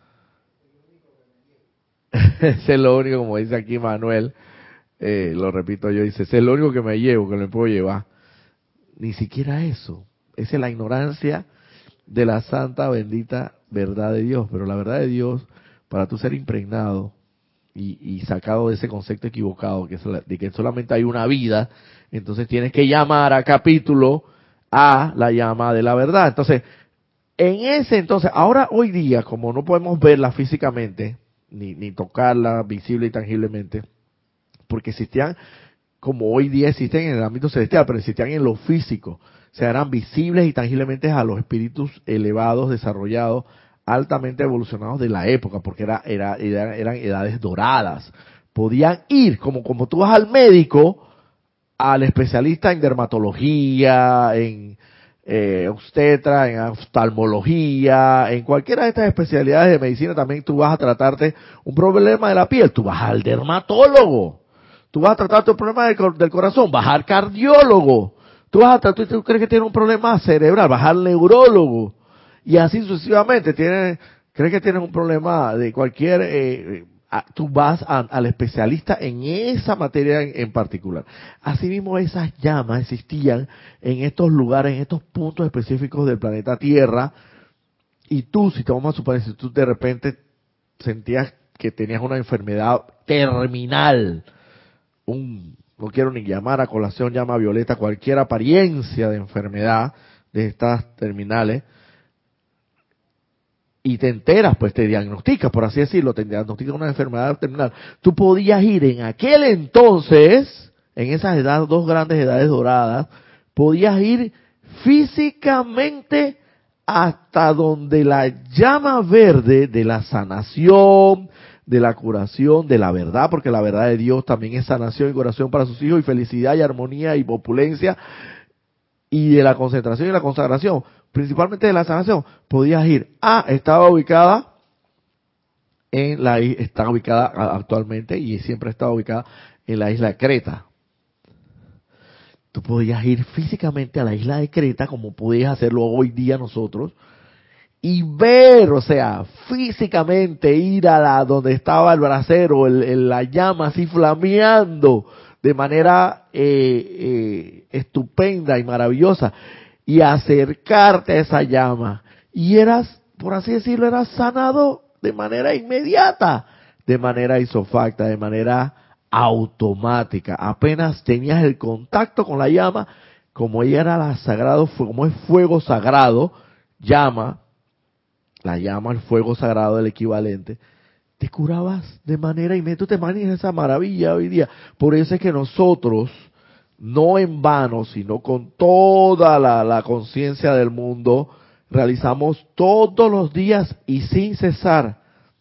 Ese es lo único, como dice aquí Manuel, eh, lo repito yo, dice, ese es lo único que me llevo, que me puedo llevar. Ni siquiera eso. Esa es la ignorancia de la santa, bendita verdad de Dios. Pero la verdad de Dios, para tú ser impregnado, Y, y sacado de ese concepto equivocado que es la, de que solamente hay una vida, entonces tienes que llamar a capítulo a la llama de la verdad. Entonces, en ese entonces, ahora hoy día, como no podemos verla físicamente, ni, ni tocarla visible y tangiblemente, porque existían, como hoy día existen en el ámbito celestial, pero existían en lo físico, o sea, eran visibles y tangiblemente a los espíritus elevados, desarrollados, altamente evolucionados de la época, porque era, era, era, eran edades doradas. Podían ir, como, como tú vas al médico, al especialista en dermatología, en eh, obstetra, en oftalmología, en cualquiera de estas especialidades de medicina, también tú vas a tratarte un problema de la piel, tú vas al dermatólogo. Tú vas a tratar tu problema del, del corazón, vas al cardiólogo. Tú vas a tratar, tú crees que tienes un problema cerebral, vas al neurólogo. Y así sucesivamente. Tienes, crees que tienes un problema de cualquier, eh, a, tú vas a, al especialista en esa materia en, en particular. Asimismo, esas llamas existían en estos lugares, en estos puntos específicos del planeta Tierra. Y tú, si te vamos a suponer, si tú de repente sentías que tenías una enfermedad terminal, un, no quiero ni llamar a colación, llama violeta, cualquier apariencia de enfermedad de estas terminales, y te enteras, pues te diagnosticas, por así decirlo, te diagnosticas una enfermedad terminal. Tú podías ir en aquel entonces, en esas edades, dos grandes edades doradas, podías ir físicamente hasta donde la llama verde de la sanación, de la curación, de la verdad, porque la verdad de Dios también es sanación y curación para sus hijos, y felicidad y armonía y opulencia, y de la concentración y la consagración, principalmente de la sanación, podías ir. Ah, estaba ubicada en la isla, está ubicada actualmente y siempre ha estado ubicada en la isla de Creta. Tú podías ir físicamente a la isla de Creta, como podías hacerlo hoy día nosotros, y ver, o sea, físicamente ir a la donde estaba el brasero, el, el, la llama así flameando de manera eh, eh, estupenda y maravillosa, y acercarte a esa llama, y eras, por así decirlo, eras sanado de manera inmediata, de manera isofacta, de manera automática. Apenas tenías el contacto con la llama, como ella era la sagrado, como es fuego sagrado, llama, la llama, el fuego sagrado, el equivalente, te curabas de manera inmediata. Tú te imaginas esa maravilla hoy día. Por eso es que nosotros, no en vano, sino con toda la, la conciencia del mundo, realizamos todos los días y sin cesar.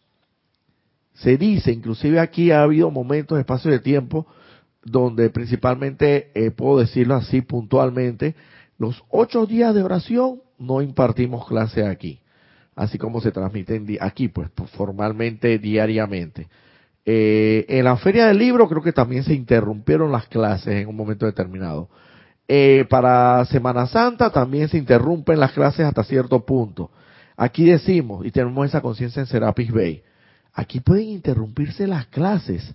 Se dice, inclusive aquí ha habido momentos, espacios de tiempo, donde principalmente, eh, puedo decirlo así puntualmente, los ocho días de oración no impartimos clase aquí, así como se transmiten aquí, pues formalmente, diariamente. Eh, en la Feria del Libro creo que también se interrumpieron las clases en un momento determinado. Eh, para Semana Santa también se interrumpen las clases hasta cierto punto. Aquí decimos, y tenemos esa conciencia en Serapis Bay, aquí pueden interrumpirse las clases,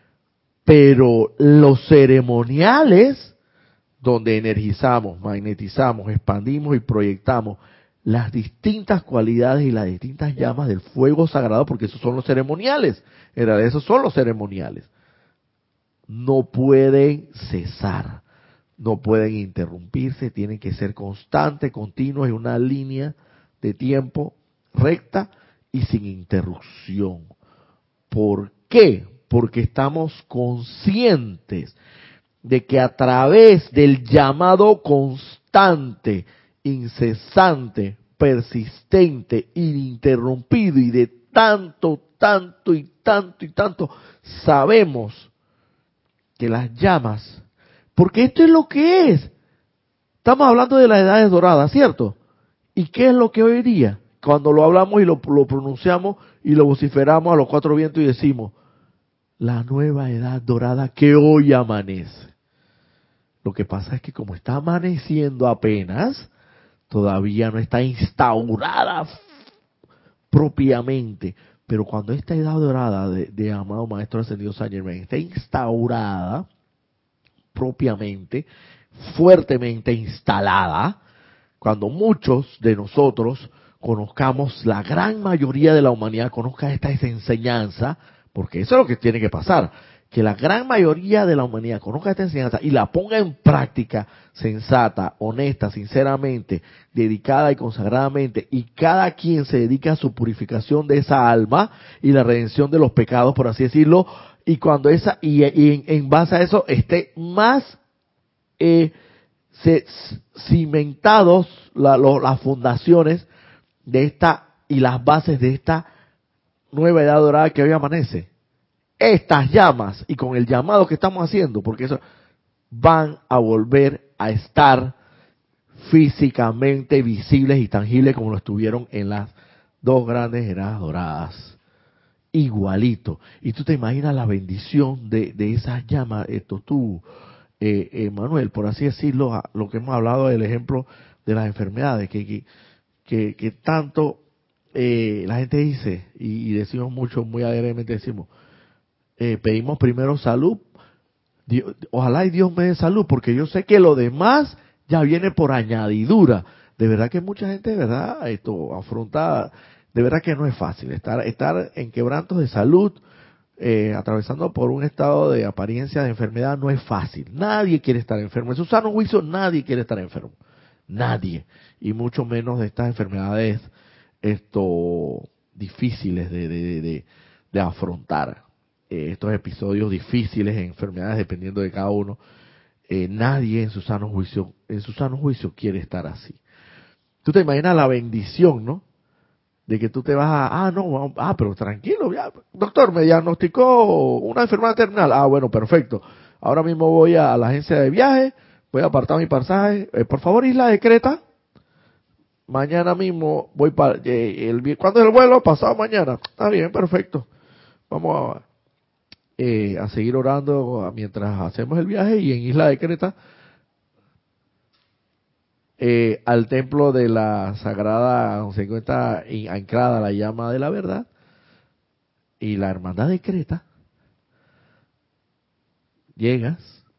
pero los ceremoniales, donde energizamos, magnetizamos, expandimos y proyectamos las distintas cualidades y las distintas llamas del fuego sagrado, porque esos son los ceremoniales, en realidad esos son los ceremoniales, no pueden cesar, no pueden interrumpirse, tienen que ser constantes, continuos, en una línea de tiempo recta y sin interrupción. ¿Por qué? Porque estamos conscientes de que a través del llamado constante, incesante, persistente, ininterrumpido y de tanto, tanto y tanto y tanto, sabemos que las llamas, porque esto es lo que es. Estamos hablando de las edades doradas, ¿cierto? ¿Y qué es lo que hoy día? Cuando lo hablamos y lo, lo pronunciamos y lo vociferamos a los cuatro vientos y decimos, la nueva edad dorada que hoy amanece. Lo que pasa es que como está amaneciendo apenas, todavía no está instaurada propiamente. Pero cuando esta edad dorada de, de amado Maestro Ascendido Saint Germain está instaurada propiamente, fuertemente instalada, cuando muchos de nosotros conozcamos, la gran mayoría de la humanidad conozca esta enseñanza, porque eso es lo que tiene que pasar, que la gran mayoría de la humanidad conozca esta enseñanza y la ponga en práctica sensata, honesta, sinceramente, dedicada y consagradamente, y cada quien se dedica a su purificación de esa alma y la redención de los pecados, por así decirlo, y cuando esa, y, y en, en base a eso esté más eh, se, cimentados la, lo, las fundaciones de esta y las bases de esta nueva edad dorada que hoy amanece. Estas llamas y con el llamado que estamos haciendo, porque eso van a volver a estar físicamente visibles y tangibles como lo estuvieron en las dos grandes eras doradas. igualito. Y tú te imaginas la bendición de, de esas llamas, esto tú, eh, eh, Manuel, por así decirlo, a, lo que hemos hablado del ejemplo de las enfermedades, que, que, que, que tanto eh, la gente dice, y, y decimos mucho, muy alegremente decimos, eh, pedimos primero salud, Dios, ojalá y Dios me dé salud, porque yo sé que lo demás ya viene por añadidura. De verdad que mucha gente, de verdad, esto afronta, de verdad que no es fácil estar, estar en quebrantos de salud, eh, atravesando por un estado de apariencia de enfermedad, no es fácil. Nadie quiere estar enfermo. En su sano juicio, nadie quiere estar enfermo. Nadie. Y mucho menos de estas enfermedades, esto, difíciles de, de, de, de afrontar. Eh, estos episodios difíciles, enfermedades, dependiendo de cada uno. Eh, nadie en su sano juicio, en su sano juicio quiere estar así. Tú te imaginas la bendición, ¿no? De que tú te vas a, ah, no, ah, pero tranquilo, ya, doctor, me diagnosticó una enfermedad terminal. Ah, bueno, perfecto. Ahora mismo voy a la agencia de viaje, voy a apartar mi pasaje. Eh, por favor, Isla de Creta. Mañana mismo voy para, eh, el, ¿cuándo es el vuelo? Pasado mañana. Está bien, perfecto. Vamos a, eh, a seguir orando mientras hacemos el viaje y en Isla de Creta. Eh, al templo de la sagrada, donde se encuentra anclada la llama de la verdad, y la hermandad de Creta, llegas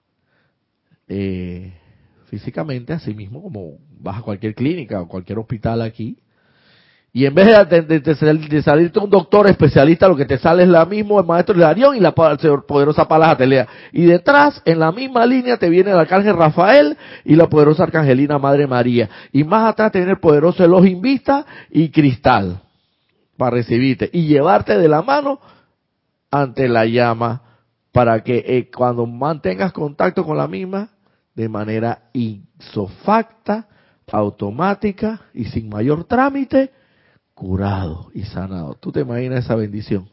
eh, físicamente, así mismo como vas a cualquier clínica o cualquier hospital aquí, y en vez de, de, de, de salirte un doctor especialista, lo que te sale es la misma, el maestro Hilarión y la poderosa Palas Atenea. Y detrás, en la misma línea, te viene el arcángel Rafael y la poderosa arcangelina Madre María. Y más atrás te viene el poderoso Elohim Vista y Cristal para recibirte y llevarte de la mano ante la llama para que eh, cuando mantengas contacto con la misma, de manera isofacta, automática y sin mayor trámite, curado y sanado. ¿Tú te imaginas esa bendición?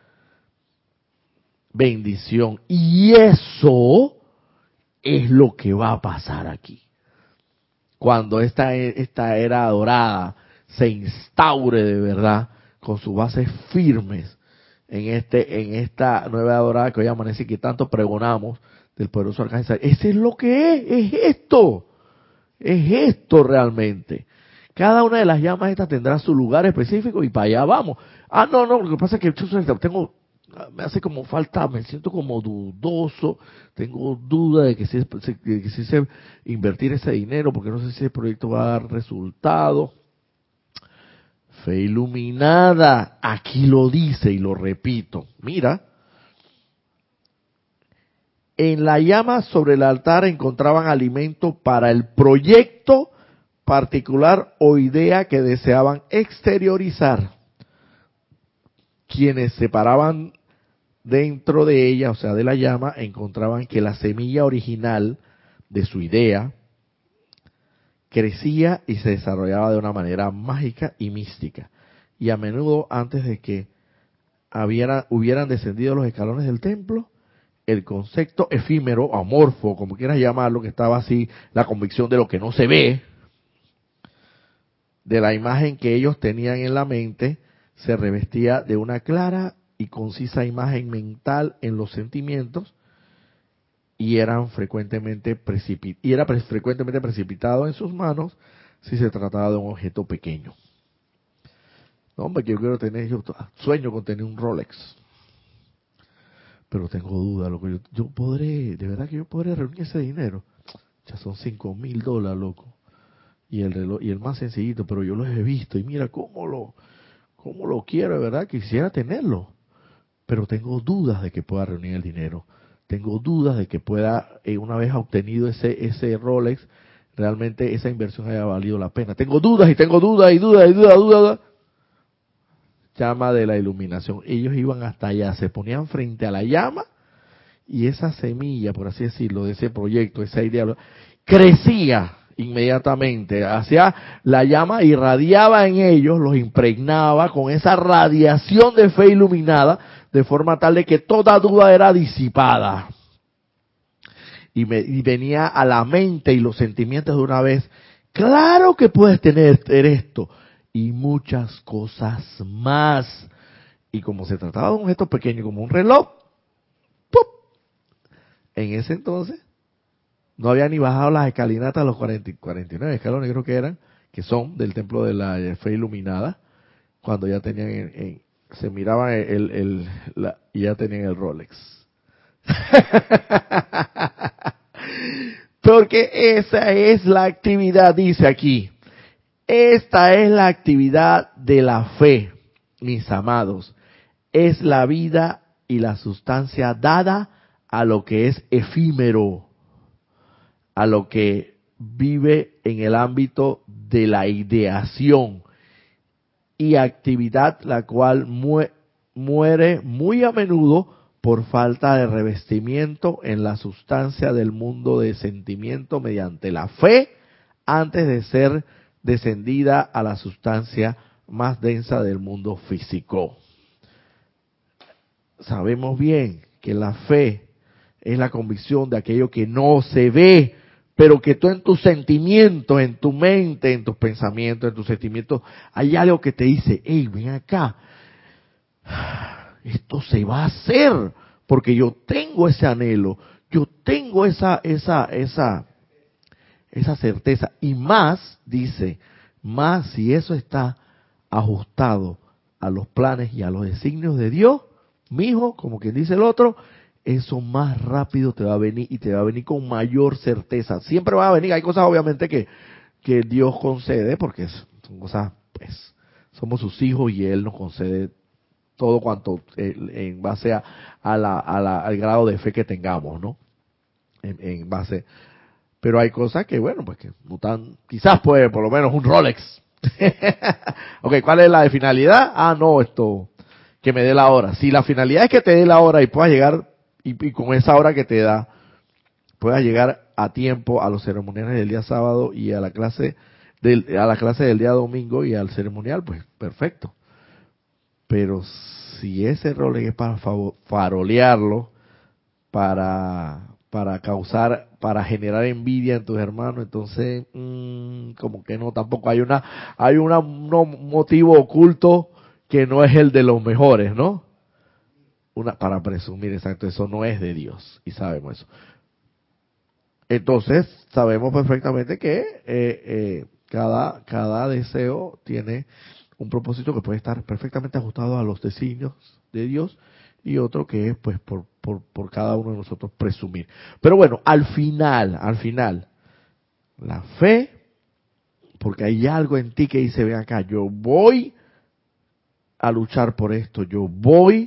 Bendición. Y eso es lo que va a pasar aquí. Cuando esta, esta era dorada se instaure de verdad, con sus bases firmes, en este en esta nueva era dorada que hoy amanece y que tanto pregonamos del poderoso arcángel. Ese es lo que es, es esto. Es esto realmente. Cada una de las llamas estas tendrá su lugar específico y para allá vamos. Ah, no, no, lo que pasa es que yo tengo, me hace como falta, me siento como dudoso, tengo duda de que si, de que si se invertir ese dinero, porque no sé si el proyecto va a dar resultado. Fe iluminada, aquí lo dice y lo repito. Mira, en la llama sobre el altar encontraban alimento para el proyecto particular o idea que deseaban exteriorizar. Quienes se paraban dentro de ella, o sea, de la llama, encontraban que la semilla original de su idea crecía y se desarrollaba de una manera mágica y mística. Y a menudo, antes de que hubiera, hubieran descendido los escalones del templo, el concepto efímero, amorfo, como quieras llamarlo, que estaba así, la convicción de lo que no se ve, de la imagen que ellos tenían en la mente, se revestía de una clara y concisa imagen mental en los sentimientos y eran frecuentemente precipit y era pre frecuentemente precipitado en sus manos si se trataba de un objeto pequeño. No, hombre, que yo quiero tener, yo sueño con tener un Rolex, pero tengo duda, loco, yo, yo podré, de verdad que yo podré reunir ese dinero. Ya son cinco mil dólares, loco. Y el reloj, y el más sencillito, pero yo los he visto y mira cómo lo, cómo lo quiero, de verdad, quisiera tenerlo. Pero tengo dudas de que pueda reunir el dinero. Tengo dudas de que pueda, eh, una vez obtenido ese, ese Rolex, realmente esa inversión haya valido la pena. Tengo dudas y tengo dudas y dudas y dudas, dudas, dudas. Llama de la iluminación. Ellos iban hasta allá, se ponían frente a la llama y esa semilla, por así decirlo, de ese proyecto, esa idea, crecía inmediatamente. Hacia la llama irradiaba en ellos, los impregnaba con esa radiación de fe iluminada, de forma tal de que toda duda era disipada. Y, me, y venía a la mente y los sentimientos de una vez, claro que puedes tener esto y muchas cosas más. Y como se trataba de un objeto pequeño, como un reloj, ¡pup! En ese entonces no había ni bajado las escalinatas a los cuarenta, cuarenta y nueve escalones, creo que eran, que son del templo de la fe iluminada, cuando ya tenían, en, en, se miraban el, el, la, y ya tenían el Rolex. Porque esa es la actividad, dice aquí. Esta es la actividad de la fe, mis amados. Es la vida y la sustancia dada a lo que es efímero, a lo que vive en el ámbito de la ideación y actividad la cual muere muy a menudo por falta de revestimiento en la sustancia del mundo de sentimiento mediante la fe antes de ser descendida a la sustancia más densa del mundo físico. Sabemos bien que la fe es la convicción de aquello que no se ve, pero que tú en tus sentimientos, en tu mente, en tus pensamientos, en tus sentimientos, hay algo que te dice, hey, ven acá, esto se va a hacer, porque yo tengo ese anhelo, yo tengo esa, esa, esa, esa certeza, y más, dice, más si eso está ajustado a los planes y a los designios de Dios, mijo, como quien dice el otro, eso más rápido te va a venir y te va a venir con mayor certeza. Siempre va a venir, hay cosas obviamente que, que Dios concede, porque son cosas, pues, somos sus hijos y Él nos concede todo cuanto eh, en base a, a la, a la, al grado de fe que tengamos, ¿no? En, en base, pero hay cosas que, bueno, pues que no tan, quizás puede, por lo menos un Rolex. Ok, ¿cuál es la de finalidad? Ah, no, esto, que me dé la hora. Si la finalidad es que te dé la hora y puedas llegar, y, y con esa hora que te da, puedas llegar a tiempo a los ceremoniales del día sábado y a la clase del, a la clase del día domingo y al ceremonial, pues perfecto. Pero si ese Rolex es para farolearlo, para para causar, para generar envidia en tus hermanos, entonces mmm, como que no, tampoco hay una, hay una, un motivo oculto que no es el de los mejores, ¿no? Una, para presumir, exacto, eso no es de Dios, y sabemos eso. Entonces, sabemos perfectamente que eh, eh, cada, cada deseo tiene un propósito que puede estar perfectamente ajustado a los designios de Dios, y otro que es pues por, por, por cada uno de nosotros presumir. Pero bueno, al final, al final, la fe, porque hay algo en ti que dice, ven acá, yo voy a luchar por esto, yo voy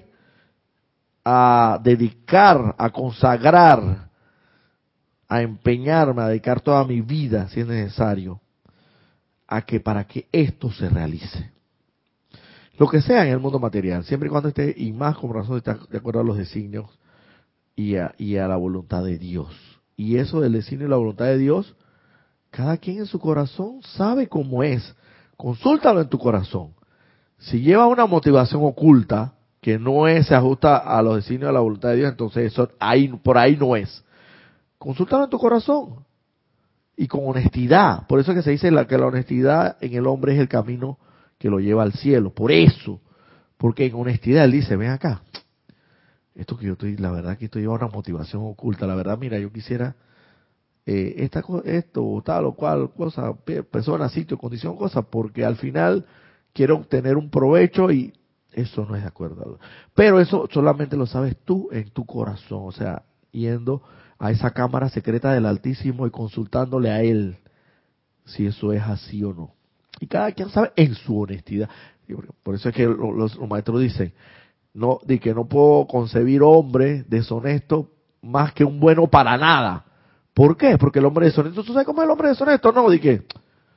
a dedicar, a consagrar, a empeñarme, a dedicar toda mi vida, si es necesario, a que para que esto se realice. Lo que sea en el mundo material, siempre y cuando esté, y más con razón, esté de acuerdo a los designios y a, y a la voluntad de Dios. Y eso del designio y la voluntad de Dios, cada quien en su corazón sabe cómo es. Consúltalo en tu corazón. Si lleva una motivación oculta que no es, se ajusta a los designios de la voluntad de Dios, entonces eso ahí, por ahí no es. Consúltalo en tu corazón y con honestidad. Por eso es que se dice la, que la honestidad en el hombre es el camino que lo lleva al cielo. Por eso, porque en honestidad él dice, ven acá, esto que yo estoy, la verdad que esto lleva una motivación oculta. La verdad, mira, yo quisiera eh, esta esto, tal o cual cosa, persona, sitio, condición, cosa, porque al final quiero obtener un provecho y eso no es de acuerdo. Pero eso solamente lo sabes tú en tu corazón, o sea, yendo a esa cámara secreta del Altísimo y consultándole a Él si eso es así o no. Y cada quien sabe en su honestidad. Por eso es que los, los maestros dicen, no, de que no puedo concebir hombre deshonesto más que un bueno para nada. ¿Por qué? Porque el hombre deshonesto, ¿tú sabes cómo es el hombre deshonesto? No, de que,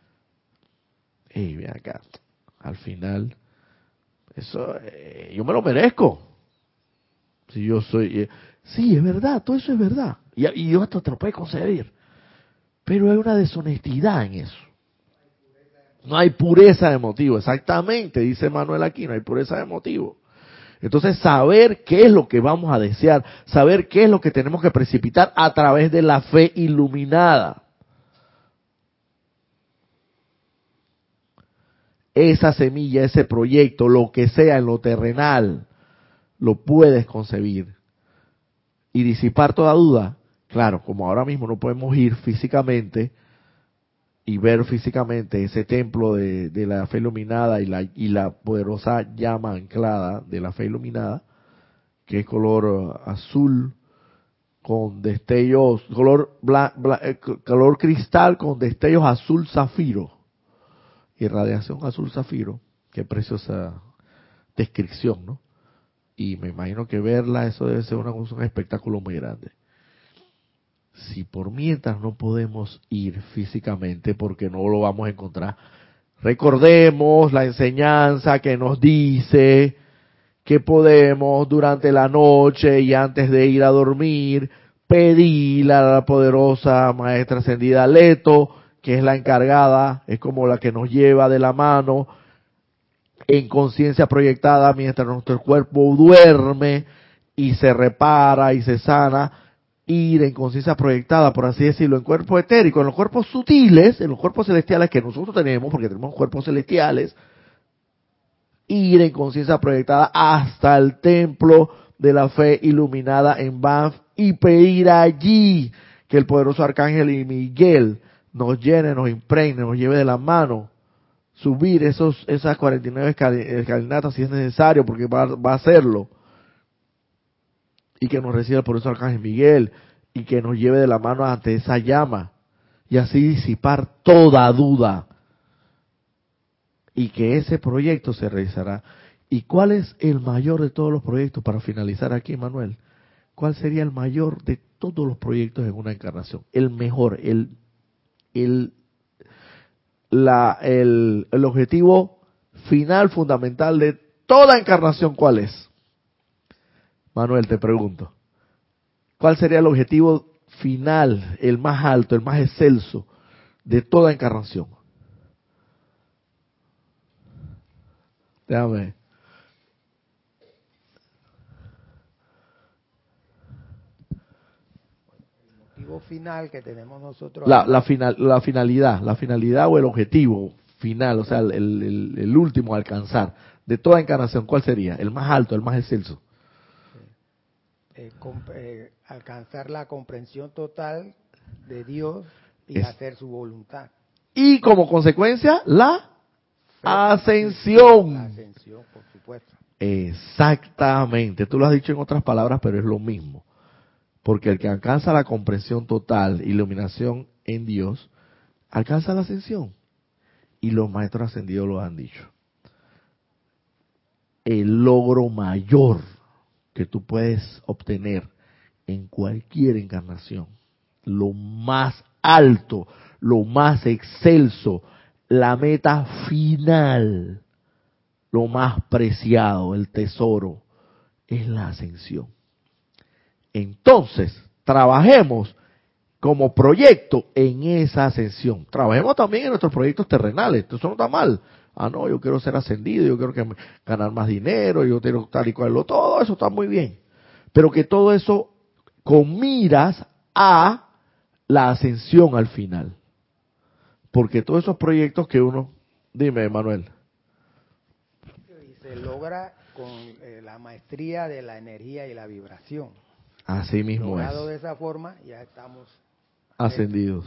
hey, ven acá, al final, eso, eh, yo me lo merezco. Si yo soy, eh, sí, es verdad, todo eso es verdad. Y, y Dios hasta te lo puede conceder. Pero hay una deshonestidad en eso. No hay pureza de motivo, exactamente, dice Manuel aquí, no hay pureza de motivo. Entonces, saber qué es lo que vamos a desear, saber qué es lo que tenemos que precipitar a través de la fe iluminada. esa semilla, ese proyecto, lo que sea en lo terrenal, lo puedes concebir y disipar toda duda. Claro, como ahora mismo no podemos ir físicamente y ver físicamente ese templo de, de la fe iluminada y la, y la poderosa llama anclada de la fe iluminada, que es color azul con destellos, color, bla, bla, eh, color cristal con destellos azul zafiro y radiación azul zafiro. Qué preciosa descripción, ¿no? Y me imagino que verla, eso debe ser una, un espectáculo muy grande. Si por mientras no podemos ir físicamente porque no lo vamos a encontrar, recordemos la enseñanza que nos dice que podemos durante la noche y antes de ir a dormir pedirle a la poderosa maestra ascendida Leto, que es la encargada, es como la que nos lleva de la mano en conciencia proyectada mientras nuestro cuerpo duerme y se repara y se sana, ir en conciencia proyectada, por así decirlo, en cuerpo etérico, en los cuerpos sutiles, en los cuerpos celestiales que nosotros tenemos, porque tenemos cuerpos celestiales, ir en conciencia proyectada hasta el templo de la fe iluminada en Banff y pedir allí que el poderoso arcángel y Miguel nos llene, nos impregne, nos lleve de la mano, subir esos esas cuarenta y nueve escalinatas si es necesario, porque va, va a hacerlo, y que nos reciba el poderoso arcángel Miguel y que nos lleve de la mano ante esa llama y así disipar toda duda y que ese proyecto se realizará. ¿Y cuál es el mayor de todos los proyectos para finalizar aquí, Manuel? ¿Cuál sería el mayor de todos los proyectos en una encarnación? El mejor, el el la el, el objetivo final fundamental de toda encarnación, ¿cuál es? Manuel, te pregunto, ¿cuál sería el objetivo final, el más alto, el más excelso de toda encarnación? Déjame. El motivo final que tenemos nosotros. La, la, final, la finalidad, la finalidad o el objetivo final, o sea, el, el, el último a alcanzar de toda encarnación, ¿cuál sería? El más alto, el más excelso. Eh, comp eh, alcanzar la comprensión total de Dios y Es, hacer su voluntad. Y como consecuencia, la Fe, ascensión. La ascensión, por supuesto. Exactamente. Tú lo has dicho en otras palabras, pero es lo mismo. Porque el que alcanza la comprensión total, iluminación en Dios, alcanza la ascensión. Y los maestros ascendidos lo han dicho. El logro mayor que tú puedes obtener en cualquier encarnación, lo más alto, lo más excelso, la meta final, lo más preciado, el tesoro, es la ascensión. Entonces, trabajemos como proyecto en esa ascensión. Trabajemos también en nuestros proyectos terrenales, eso no está mal. Ah, no, yo quiero ser ascendido, yo quiero que me, ganar más dinero, yo quiero tal y cual, todo eso está muy bien. Pero que todo eso con miras a la ascensión al final. Porque todos esos proyectos que uno... Dime, Manuel. Y se logra con eh, la maestría de la energía y la vibración. Así mismo Logrado es. de esa forma, ya estamos ascendidos.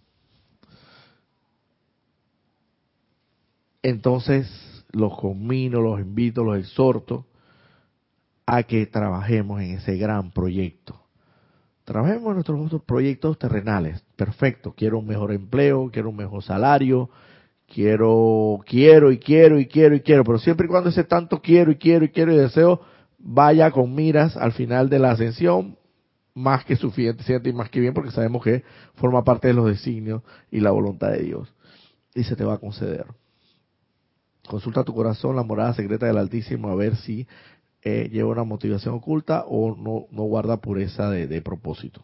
Entonces, los conmino, los invito, los exhorto a que trabajemos en ese gran proyecto. Trabajemos en nuestros otros proyectos terrenales. Perfecto. Quiero un mejor empleo, quiero un mejor salario, quiero, quiero y quiero y quiero y quiero. Pero siempre y cuando ese tanto quiero y quiero y quiero y deseo vaya con miras al final de la ascensión, más que suficiente y más que bien, porque sabemos que forma parte de los designios y la voluntad de Dios. Y se te va a conceder. Consulta tu corazón, la morada secreta del Altísimo, a ver si eh, lleva una motivación oculta o no, no guarda pureza de, de propósito.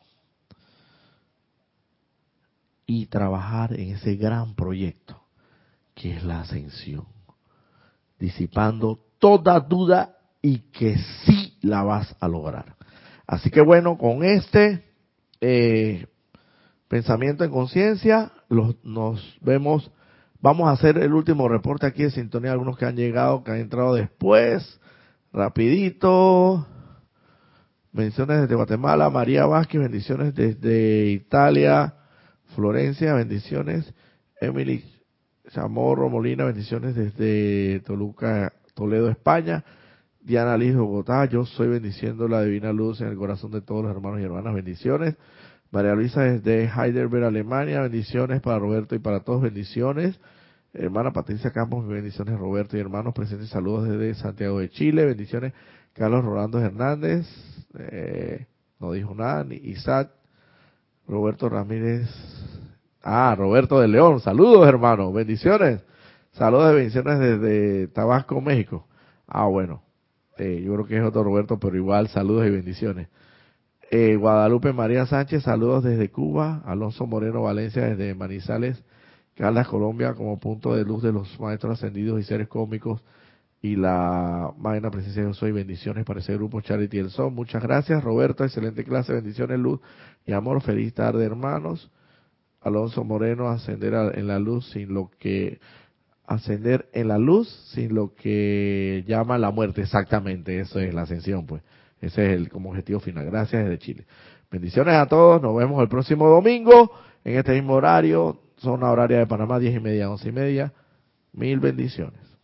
Y trabajar en ese gran proyecto, que es la ascensión. Disipando toda duda y que sí la vas a lograr. Así que bueno, con este eh, pensamiento en conciencia, nos vemos Vamos a hacer el último reporte aquí de sintonía, algunos que han llegado, que han entrado después. Rapidito. Bendiciones desde Guatemala, María Vázquez, bendiciones desde Italia, Florencia, bendiciones. Emily Chamorro Molina, bendiciones desde Toluca, Toledo, España. Diana Liz, Bogotá, yo soy bendiciendo la divina luz en el corazón de todos los hermanos y hermanas, bendiciones. María Luisa desde Heidelberg, Alemania, bendiciones para Roberto y para todos, bendiciones. Hermana Patricia Campos, bendiciones Roberto y hermanos presentes, saludos desde Santiago de Chile, bendiciones. Carlos Rolando Hernández, eh, no dijo nada, ni Isaac, Roberto Ramírez, ah, Roberto de León, saludos hermano, bendiciones, saludos de bendiciones desde Tabasco, México. Ah, bueno, eh, yo creo que es otro Roberto, pero igual saludos y bendiciones. Eh, Guadalupe María Sánchez, saludos desde Cuba. Alonso Moreno Valencia desde Manizales, Caldas, Colombia, como punto de luz de los maestros ascendidos y seres cósmicos y la magna presencia de Yo Soy, bendiciones para ese grupo Charity El Sol. Muchas gracias, Roberto, excelente clase, bendiciones, luz y amor, feliz tarde, hermanos. Alonso Moreno, ascender a, en la luz sin lo que ascender en la luz sin lo que llama la muerte, exactamente, eso es la ascensión, pues. Ese es el como objetivo final. Gracias desde Chile. Bendiciones a todos, nos vemos el próximo domingo en este mismo horario, zona horaria de Panamá, diez y media, once y media. Mil bendiciones.